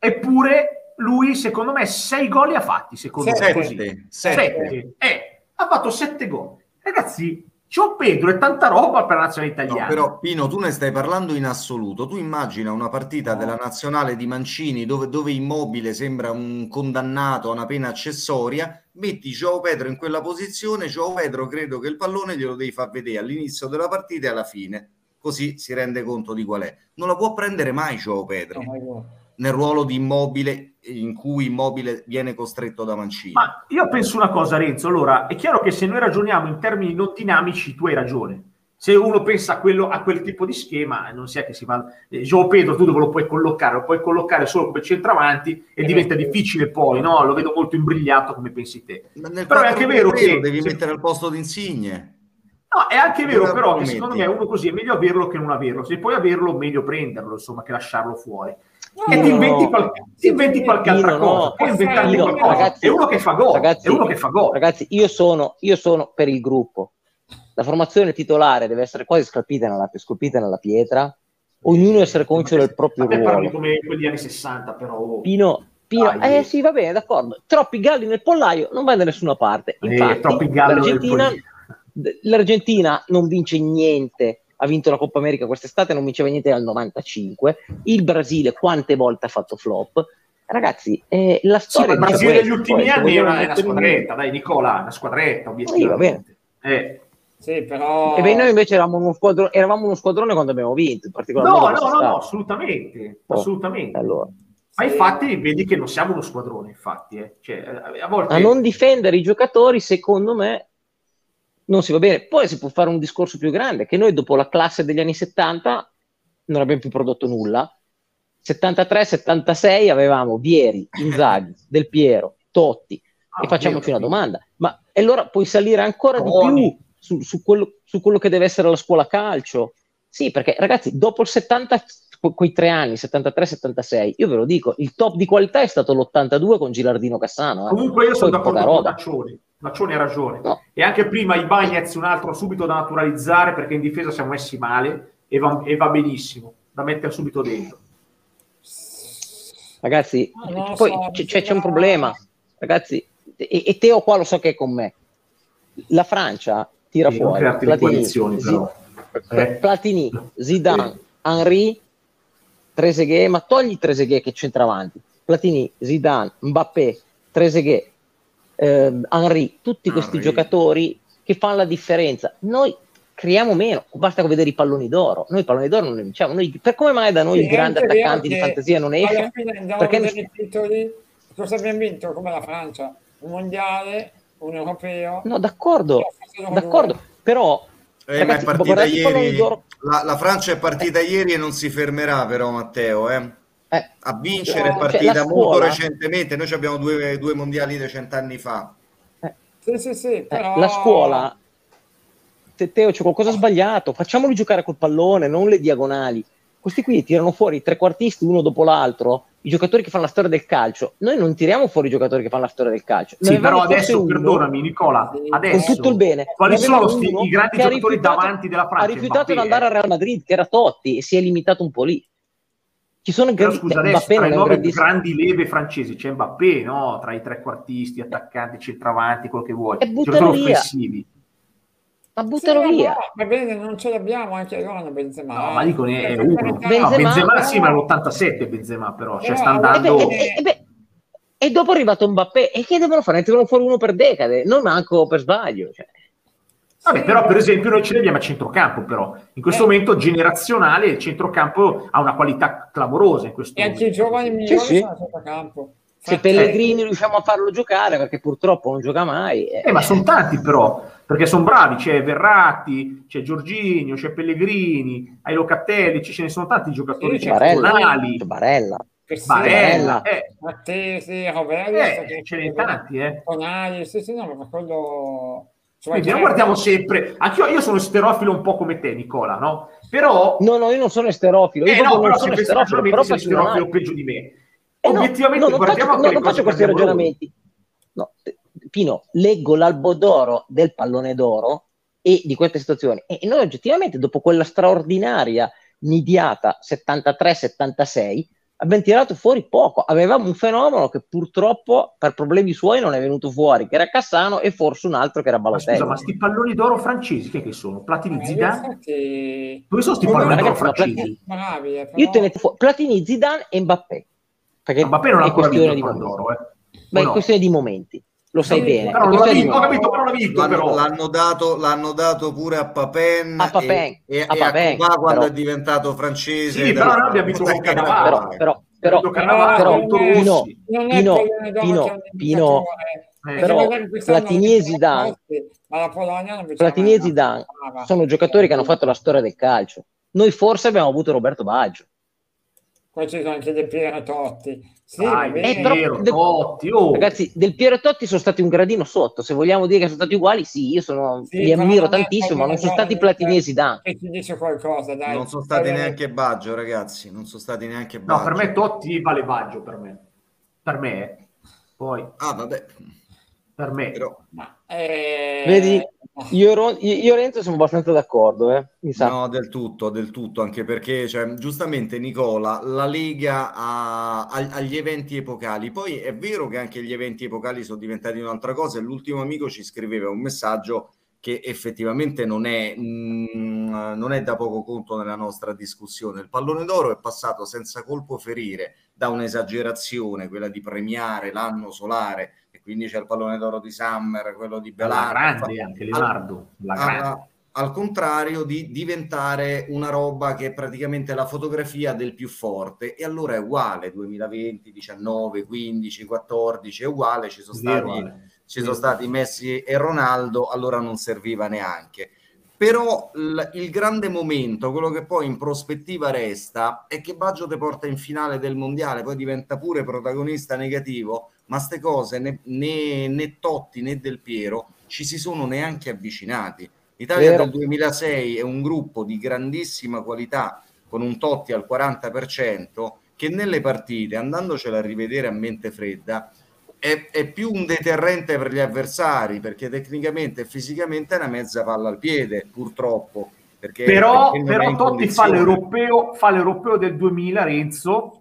eppure lui secondo me sei gol li ha fatti, secondo me Sette. così. Sette, sette. Sette. Eh, ha fatto sette gol. Ragazzi, Gio Pedro è tanta roba per la nazionale italiana. No, però Pino, tu ne stai parlando in assoluto. Tu immagina una partita no. della nazionale di Mancini dove, dove Immobile sembra un condannato a una pena accessoria, metti João Pedro in quella posizione, João Pedro credo che il pallone glielo devi far vedere all'inizio della partita e alla fine, così si rende conto di qual è. Non la può prendere mai João Pedro no, nel ruolo di Immobile, in cui Immobile viene costretto da Mancini. Ma io penso una cosa, Renzo, allora è chiaro che se noi ragioniamo in termini non dinamici tu hai ragione. Se uno pensa a, quello, a quel tipo di schema, non sia che si fa eh, João Pedro, tu dove lo puoi collocare? Lo puoi collocare solo come centravanti e eh diventa beh, difficile poi, no? Lo vedo molto imbrigliato come pensi te. Ma nel però è anche vero che lo devi se... mettere al posto di Insigne. No, è anche vero Dove però che secondo me uno così è meglio averlo che non averlo. Se puoi averlo, meglio prenderlo, insomma, che lasciarlo fuori. No, e ti inventi, qual- ti inventi qualche altra no, cosa. Poi inventare qualcosa. Ragazzi, è uno che fa gol. Ragazzi, è uno che fa gol. Ragazzi, io sono, io sono per il gruppo. La formazione titolare deve essere quasi scolpita nella, scolpita nella pietra. Ognuno deve essere conscio del proprio ruolo. Parli come quelli anni sessanta, però. Pino, Pino eh sì, va bene, d'accordo. Troppi galli nel pollaio non va da nessuna parte. Infatti, eh, troppi galli l'Argentina, nel l'Argentina non vince niente. Ha vinto la Coppa America quest'estate, non vinceva niente dal novantacinque. Il Brasile quante volte ha fatto flop? Ragazzi, eh, la storia... Sì, il Brasile negli ultimi anni è una, una squadretta, dai Nicola, una squadretta, obiettivamente. Eh. Sì, però... E beh, noi invece eravamo uno squadrone, eravamo uno squadrone quando abbiamo vinto, in particolar no, modo. No, no, no, assolutamente, oh, assolutamente. Allora. Ma infatti vedi che non siamo uno squadrone, infatti. Eh. Cioè, a volte... A non difendere i giocatori, secondo me, non si va bene. Poi si può fare un discorso più grande, che noi dopo la classe degli anni settanta non abbiamo più prodotto nulla. settantatré settantasei avevamo Vieri, Inzaghi, Del Piero, Totti. Ah, e facciamoci vero, una domanda. Ma e allora puoi salire ancora oh, di più su, su, quello, su quello che deve essere la scuola calcio? Sì, perché ragazzi, dopo il settanta, quei tre anni, settantatré settantasei, io ve lo dico, il top di qualità è stato l'ottantadue con Gilardino Cassano. Eh. Comunque io sono d'accordo con Naccioni. Naccioni ha ragione. No. E anche prima i Bagnez, un altro subito da naturalizzare, perché in difesa siamo messi male e va, e va benissimo, da mettere subito dentro. Ragazzi, ah, poi so, c'è, c'è un problema. Ragazzi, e, e Teo qua lo so che è con me. La Francia tira sì, fuori Platini, Zid- eh. Platini, Zidane, sì. Henry, Trezeguet, ma togli Trezeguet che c'entra avanti. Platini, Zidane, Mbappé, Trezeguet, eh, Henry, tutti questi Henry. Giocatori che fanno la differenza. Noi creiamo meno, basta vedere i palloni d'oro. Noi i palloni d'oro non ne vinciamo. Noi, per come mai da noi sì, il grande attaccante di fantasia non esce? Perché ne... titoli, cosa abbiamo vinto come la Francia? Un mondiale, un europeo. No, d'accordo, d'accordo, però eh, ragazzi, ma è partita ieri. La, la Francia è partita ieri e non si fermerà, però, Matteo, eh. Eh, a vincere è partita cioè, molto scuola... recentemente. Noi abbiamo due, due mondiali di cent'anni fa. Eh. Sì, sì, sì, però... eh, la scuola, Teo, c'è qualcosa sbagliato. Facciamoli giocare col pallone, non le diagonali. Questi qui tirano fuori i trequartisti uno dopo l'altro, i giocatori che fanno la storia del calcio. Noi non tiriamo fuori i giocatori che fanno la storia del calcio. Sì, però adesso, perdonami Nicola, adesso, con tutto il bene, quali sono sti, i grandi giocatori davanti della Francia? Ha rifiutato di andare al Real Madrid, che era Totti, e si è limitato un po' lì. Ci sono però, grandi, scusa, adesso, tra le nuove grandissimo... grandi leve francesi c'è Mbappé, no? Tra i trequartisti, attaccanti, centravanti, quello che vuoi, giocatori offensivi. Ma buttalo sì, via. No, va bene, non ce l'abbiamo anche loro Benzema. No, ma dico è uno. Benzema, no, Benzema però... sì, ma l'ottantasette Benzema però, però cioè sta andando... E, beh, e, beh, e dopo è arrivato Mbappé, e che devono fare? Ne tirano fuori uno per decade, non manco per sbaglio. Cioè. Vabbè, sì. Però per esempio noi ce l'abbiamo a centrocampo, però. In questo eh. momento generazionale il centrocampo ha una qualità clamorosa in questo e momento. anche i giovani migliori sì, sì. sono a centrocampo. Se Pellegrini riusciamo a farlo giocare, perché purtroppo non gioca mai. Eh, eh ma sono tanti però, perché sono bravi, c'è Verratti, c'è Jorginho, c'è Pellegrini, hai Locatelli, ce ne sono tanti giocatori, sì, c'è Tonali, Barella, Barella, eh. Mattesi, Rovelli, eh, ce ne tanti, eh. Tonali, sì, sì, no, ma quello... Quindi noi guardiamo sempre, anche io, io sono esterofilo un po' come te, Nicola, no? Però... No, no, io non sono esterofilo, io eh, no, non però sono se esterofilo, però sei esterofilo peggio di me. Eh obiettivamente no, no, guardiamo faccio, anche no, non faccio questi ragionamenti. No, Pino, leggo l'albo d'oro del pallone d'oro e di queste situazioni e noi oggettivamente dopo quella straordinaria nidiata settantatré settantasei abbiamo tirato fuori poco. Avevamo un fenomeno che purtroppo per problemi suoi non è venuto fuori, che era Cassano e forse un altro che era Ma Balotelli. scusa, ma sti palloni d'oro francesi che, che sono? Platini, Eh, Zidane? infatti... Dove sono sti Quello- palloni d'oro ragazzi, ma francesi? bravi, eh, però- Io tenete fuori Platini, Zidane e Mbappé. Perché Mbappé non ha è ancora vinto questione il di pallone momenti. d'oro, eh. Beh, O è no? questione di momenti. Lo sai Sì, bene. Però è non l'ha questione di vinto, ho momenti. capito, però l'ha vinto, L'hanno, però. l'hanno dato, l'hanno dato pure a Papen, A Papen, e, e, a e a Papen, Copa quando però. è diventato francese. Sì, ed però è- noi abbiamo vinto con che era Cannavaro. totale. Però, Ha però, vinto però, Cannavaro, però, ha vinto non è- Rossi. non è Pino, il pallone d'oro Pino, che è un Pino, indicatore, perché però magari quest'anno Platini e hanno vinto Zidane, Totti, ma la Polonia non vinceva Platini mai e Zidane una- sono giocatori che hanno fatto la storia del calcio. Noi forse abbiamo avuto Roberto Baggio. Poi ci sono anche Del Piero e Totti. Sì, va Dai, bene. Eh, però, Piero, de- Totti, oh. Ragazzi, Del Piero e Totti sono stati un gradino sotto. Se vogliamo dire che sono stati uguali, sì, io sono, Sì, li però ammiro non è il tantissimo, ma non sono pallone stati d'oro Platini e Zidane. che ti dice qualcosa, dai. Non sono stati Poi- neanche Baggio, ragazzi. Non sono stati neanche No, Baggio. per me Totti vale Baggio, per me. Per me, eh. Poi, Ah, vabbè. per me. Però, Ma, eh, Vedi, io, Ro- io, io e Renzo siamo abbastanza d'accordo, eh, mi sa. no, del tutto, del tutto, anche perché, cioè, giustamente Nicola, la Lega ha, ha- agli eventi epocali, poi è vero che anche gli eventi epocali sono diventati un'altra cosa, e l'ultimo amico ci scriveva un messaggio che effettivamente non è, mh, non è da poco conto nella nostra discussione. Il pallone d'oro è passato senza colpo ferire da un'esagerazione, quella di premiare l'anno solare, e quindi c'è il pallone d'oro di Summer, quello di La Belanda, grande anche Leonardo. La grande. alla- al contrario di diventare una roba che è praticamente la fotografia del più forte, e allora è uguale duemilaventi, diciannove, quindici, quattordici, è uguale, ci sono Vero, stati, Ale. ci sono Vero. stati Messi e Ronaldo, allora non serviva neanche. Però il, il grande momento, quello che poi in prospettiva resta, è che Baggio te porta in finale del mondiale, poi diventa pure protagonista negativo, ma ste cose né, né, né Totti né Del Piero ci si sono neanche avvicinati. L'Italia Vero. del duemilasei è un gruppo di grandissima qualità, con un Totti al quaranta per cento, che nelle partite, andandocela a rivedere a mente fredda, è, è più un deterrente per gli avversari, perché tecnicamente e fisicamente è una mezza palla al piede, purtroppo. Perché, Però, perché non è però in Totti fa condizione. l'europeo, fa l'europeo del duemila, Renzo,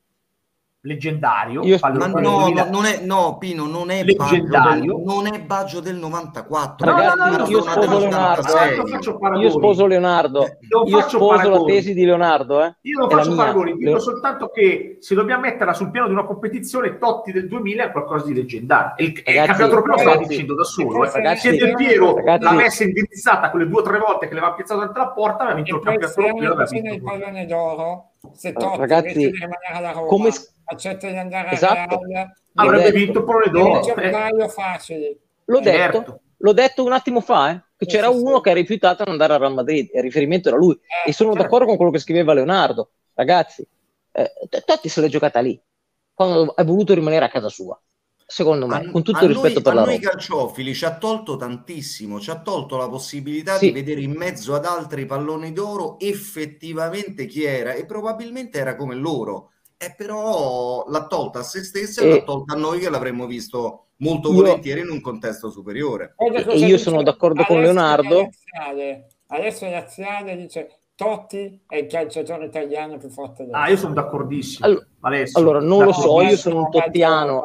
leggendario. Io- fa Ma l'europeo del no, duemila. no, non è, no, Pino, non è Leggendario. Baggio del, non è Baggio del novantaquattro, Ragazzi, è Baggio io del sposo Leonardo, ottantasei. Non faccio Io paragoni. sposo Leonardo, Non io faccio sposo la paragoni. tesi di Leonardo, eh. Io non È la faccio mia. paragoni, dico Le- soltanto che se dobbiamo metterla sul piano di una competizione, Totti del duemila è qualcosa di leggendario. E il, e il Ragazzi, campionato europeo lo stava ragazzi, dicendo da solo. Eh. ragazzi, Se Del Piero ragazzi. l'avesse indirizzata quelle due o tre volte che le aveva piazzato davanti alla porta, aveva vinto E il poi campionato se è europeo. una Aveva questione di vinto. pallone d'oro, se Totti Ragazzi, invece di rimanere alla Roma come s- accetta di andare Esatto. a Real, Avrebbe detto. vinto il pallone deve d'oro. giocare Eh. paio facili. L'ho Certo. detto, l'ho detto un attimo fa, eh, che Sì, c'era sì, uno sì. che ha rifiutato di andare al Real Madrid, e il riferimento era lui. Eh, E sono certo. d'accordo con quello che scriveva Leonardo. Ragazzi, eh, Totti se l'è giocata lì, quando ha voluto rimanere a casa sua. Secondo me, A, con tutto a il rispetto noi, per a la noi Roma. calciofili ci ha tolto tantissimo, ci ha tolto la possibilità Sì. di vedere in mezzo ad altri palloni d'oro effettivamente chi era, e probabilmente era come loro, e però l'ha tolta a se stessa e E- l'ha tolta a noi che l'avremmo visto molto Io- volentieri in un contesto superiore. Guarda E- cosa e io dice sono d'accordo con Alessio Leonardo. Laziale. Alessio Laziale dice Totti è il calciatore italiano più forte del Ah, io sono d'accordissimo. All- Alessio, allora, non lo so, io d'accordissimo. sono un tottiano,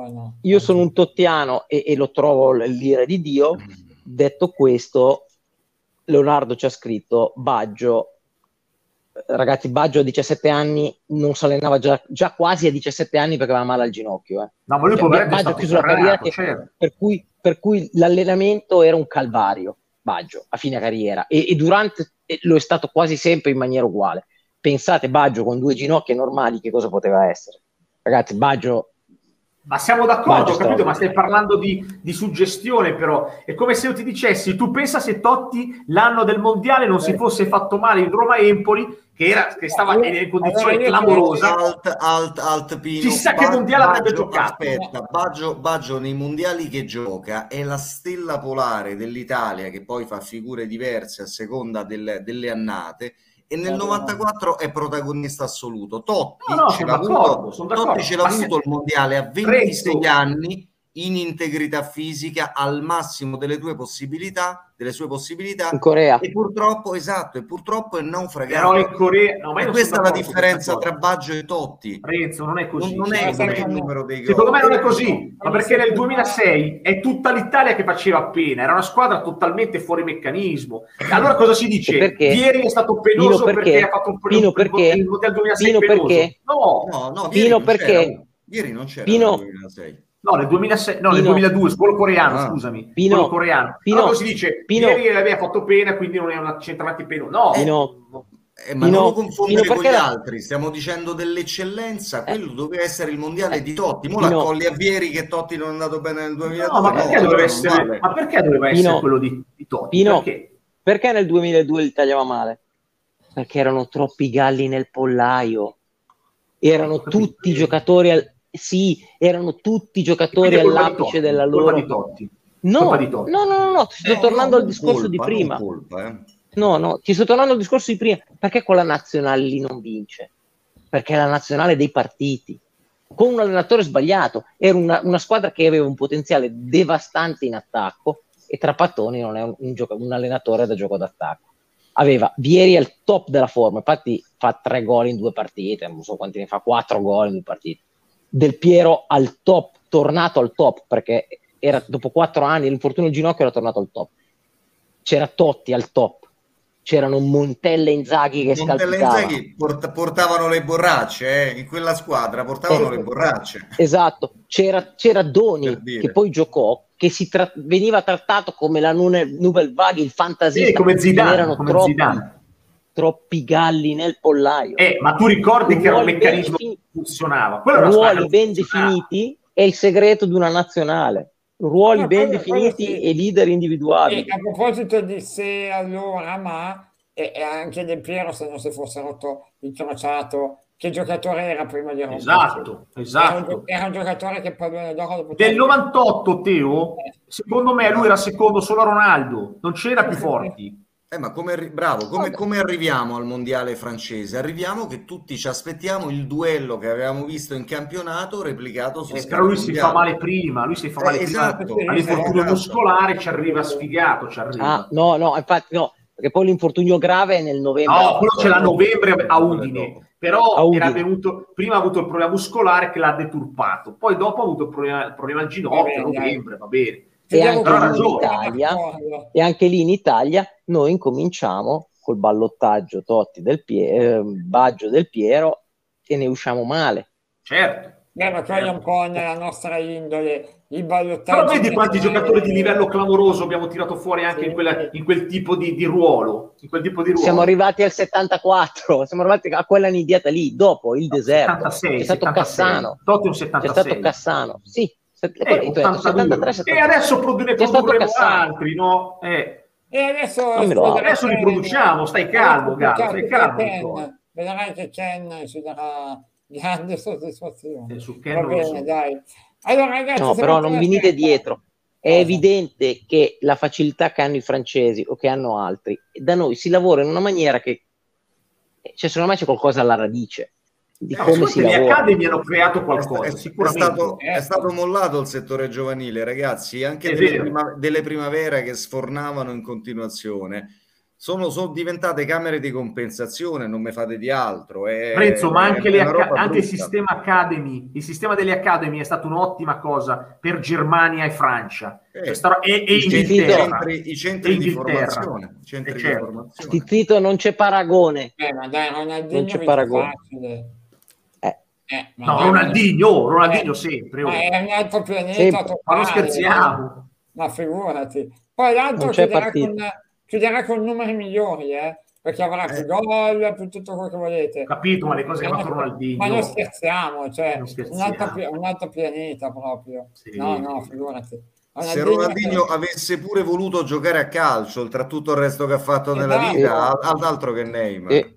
io sono un tottiano e, e lo trovo l'ira di Dio. Detto questo, Leonardo ci ha scritto Baggio, ragazzi, Baggio a diciassette anni non si allenava già, già quasi a diciassette anni perché aveva male al ginocchio. Eh. No, ma lui Cioè, poveretto è Baggio ha stato chiuso la carriera ferrato, che- certo. per, cui, per cui l'allenamento era un calvario, Baggio, a fine carriera, e, e durante e lo è stato quasi sempre in maniera uguale. Pensate, Baggio con due ginocchia normali che cosa poteva essere? Ragazzi, Baggio... Ma siamo d'accordo, Baggio ho capito, stava- ma stai parlando di, di suggestione, però è come se io ti dicessi, tu pensa se Totti l'anno del mondiale non si fosse fatto male in Roma-Empoli, che, era, che stava Allora- in condizione allora io ti- clamorosa. Alt, alt, alt, Pino. Chissà che mondiale avrebbe giocato. Aspetta, Baggio, Baggio nei mondiali che gioca è la stella polare dell'Italia, che poi fa figure diverse a seconda del- delle annate, e nel Allora. novantaquattro è protagonista assoluto. Totti No, no, ce sono l'ha d'accordo, avuto, sono Totti d'accordo. ce l'ha Ma avuto se- il mondiale a ventisei Renzo- anni, in integrità fisica al massimo delle tue possibilità, delle sue possibilità, in Corea. E purtroppo, esatto, e purtroppo è naufragato. Però in Corea, no, ma e questa è la differenza tra Baggio e Totti. Renzo, non è così. Non, non è, non è il numero dei gol. Secondo me non è così, ma perché nel duemilasei è tutta l'Italia che faceva appena, era una squadra totalmente fuori meccanismo. Allora cosa si dice? Perché? Ieri è stato penoso perché? perché ha fatto un Pino perché? il Mondiale duemilasei Pino penoso. perché? No, no, no, Pino ieri perché? Ieri non c'era Pino, nel duemilasei. No, nel duemilasei, no, Pino, nel duemiladue, quello coreano, ah, scusami. Pino, quello coreano. Pino, allora si dice, Pino, ieri aveva fatto pena, quindi non è una centralati peno. No, Pino, Eh, ma Pino, non lo confondere Pino, con gli la... altri, stiamo dicendo dell'eccellenza, quello eh, doveva essere il mondiale eh, di Totti, mo Pino, la colli a Vieri che Totti non è andato bene nel duemiladue. no, ma perché no, doveva no, essere, ma perché doveva Pino, essere quello di, di Totti? Pino, perché? perché nel duemiladue l'Italia va male? Perché erano troppi galli nel pollaio, erano tutti giocatori al... sì, erano tutti giocatori all'apice della loro... Colpa di Totti. No, di Totti. no, no, no, no, ti sto eh, tornando no, al discorso colpa, di prima. Colpa, eh. No, no, ti sto tornando al discorso di prima. Perché con la nazionale lì non vince? Perché è la nazionale dei partiti. Con un allenatore sbagliato. Era una, una squadra che aveva un potenziale devastante in attacco e Trapattoni non è un, un, gioco, un allenatore da gioco d'attacco. Aveva Vieri al top della forma, infatti fa tre gol in due partite, non so quanti ne fa, quattro gol in due partite. Del Piero al top, tornato al top, perché era dopo quattro anni, l'infortunio al ginocchio era tornato al top. C'era Totti al top, c'erano Montella e Inzaghi che Montella e scalpitavano. Inzaghi port- portavano le borracce, eh? In quella squadra portavano eh, le borracce. Esatto, c'era, c'era Doni che poi giocò, che si tra- veniva trattato come la Nubel Vaghi, il fantasista, sì, come Zidane, erano come troppi, Zidane. troppi galli nel pollaio. Eh, ma tu ricordi ruoli che era un meccanismo defini- che funzionava? Quello era ruoli ben definiti è il segreto di una nazionale. Ruoli no, ben quello, definiti quello sì. e leader individuali. E a proposito di se allora, ma e, e anche Del Piero, se non si fosse rotto il crociato, che giocatore era prima di rompersi? Esatto, esatto. Era un, era un giocatore che poi d'oro lo poteva... Del novantotto, Teo, secondo me lui era secondo solo a Ronaldo, non c'era più forti. Eh, ma come arri- bravo, come, come arriviamo al mondiale francese? Arriviamo che tutti ci aspettiamo il duello che avevamo visto in campionato replicato su Eh, scala però lui si mondiale. fa male prima, lui si fa male Eh, prima esatto, all'infortunio esatto. muscolare, ci arriva sfigato, ci arriva. Ah, no, no, infatti no, perché poi l'infortunio grave è nel novembre. No, quello ce l'ha a novembre a Udine, però A Udine. era venuto, prima ha avuto il problema muscolare che l'ha deturpato, poi dopo ha avuto il problema, il problema al ginocchio, a novembre, va bene. E anche, però lì in Italia, e anche lì in Italia noi incominciamo col ballottaggio Totti del Pie- eh, Baggio del Piero e ne usciamo male. Certo. Beh, ma quello è un po' nella nostra indole, il ballottaggio. Però vedi quanti giocatori di livello clamoroso abbiamo tirato fuori anche sì, in, quella, in quel tipo di, di ruolo. In quel tipo di ruolo. Siamo arrivati al settantaquattro, siamo arrivati a quella nidiata lì, dopo il no, deserto. settantasei, c'è stato settantasei. Cassano. Totti un settantasei. C'è stato Cassano, sì. Eh, settantatré, settantatré. E adesso ne produrremo altri, no? Eh. E adesso, adesso li produciamo, stai calmo, Gallo, stai calmo. Vedrai che Ken ci darà grande soddisfazione. Eh, su Va bene, so. Dai. Allora, ragazzi, no, però non venite aspetta. dietro. È Cosa? evidente che la facilità che hanno i francesi o che hanno altri, da noi si lavora in una maniera che, cioè, secondo me c'è qualcosa alla radice di no, come si le lavora. Academy hanno creato qualcosa, è, sicuramente. È stato, è stato mollato il settore giovanile, ragazzi, anche è delle, prima, delle primavere che sfornavano in continuazione. Sono, sono diventate camere di compensazione, non me fate di altro. È, Renzo, ma anche, le, anche il brutta. sistema Academy, il sistema delle Academy è stata un'ottima cosa per Germania e Francia. Eh, Sta, e, e i, Inghilterra. Centri, I centri di formazione. I centri certo. di formazione. Stizzito, non c'è paragone. Eh, ma dai, Ronaldinho non c'è paragone. Facile. Eh. Eh, no, dai, Ronaldinho, Ronaldinho eh, sempre. Ma è un altro pianeta. Ma non scherziamo. Ma figurati. Poi l'altro chiuderà con, chiuderà con numeri migliori, eh? Perché avrà più eh. gol, più tutto quello che volete. Capito, ma le cose che ha fatto Ronaldinho. Ma non scherziamo, cioè non scherziamo. Un, altro, un altro pianeta proprio. Sì. No, no, figurati. Ronaldinho Se Ronaldinho è... avesse pure voluto giocare a calcio, oltre a tutto il resto che ha fatto esatto. nella vita, eh. altro che Neymar. Eh.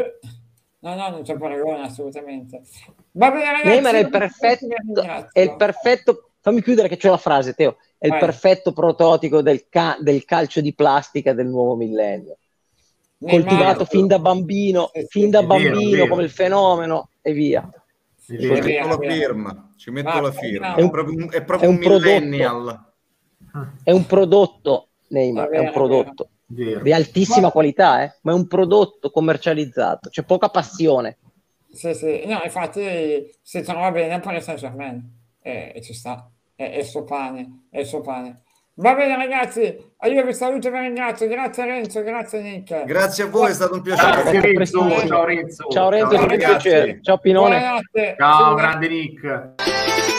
No, no, non c'è paragone, assolutamente. Va bene, ragazzi. Neymar è il perfetto, è il perfetto. Fammi chiudere che c'è la frase, Teo. È il Vai. perfetto prototipo del, ca- del calcio di plastica del nuovo millennio. Neymar, coltivato fin da bambino, sì, fin da bambino vero, come vero. il fenomeno e via. Ci È metto la vero. firma, ci metto Ma- la firma. è un- È proprio un, è proprio è un un prodotto. millennial. È un prodotto, Neymar, È è, vero, un prodotto Vero. di altissima qualità, eh, ma è un prodotto commercializzato, c'è poca passione. Sì, sì, no, infatti si trova bene per il Saint-Germain e, e ci sta, è, è il suo pane, è il suo pane. Va bene ragazzi, io vi saluto e vi ringrazio, grazie Renzo, grazie Nick. Grazie a voi, è stato un Grazie piacere. Renzo, prestissimo. ciao Renzo. Ciao Renzo, è stato un ragazzi. piacere. Ciao Pinone. Buonanotte. Ciao Sì, grande Nick.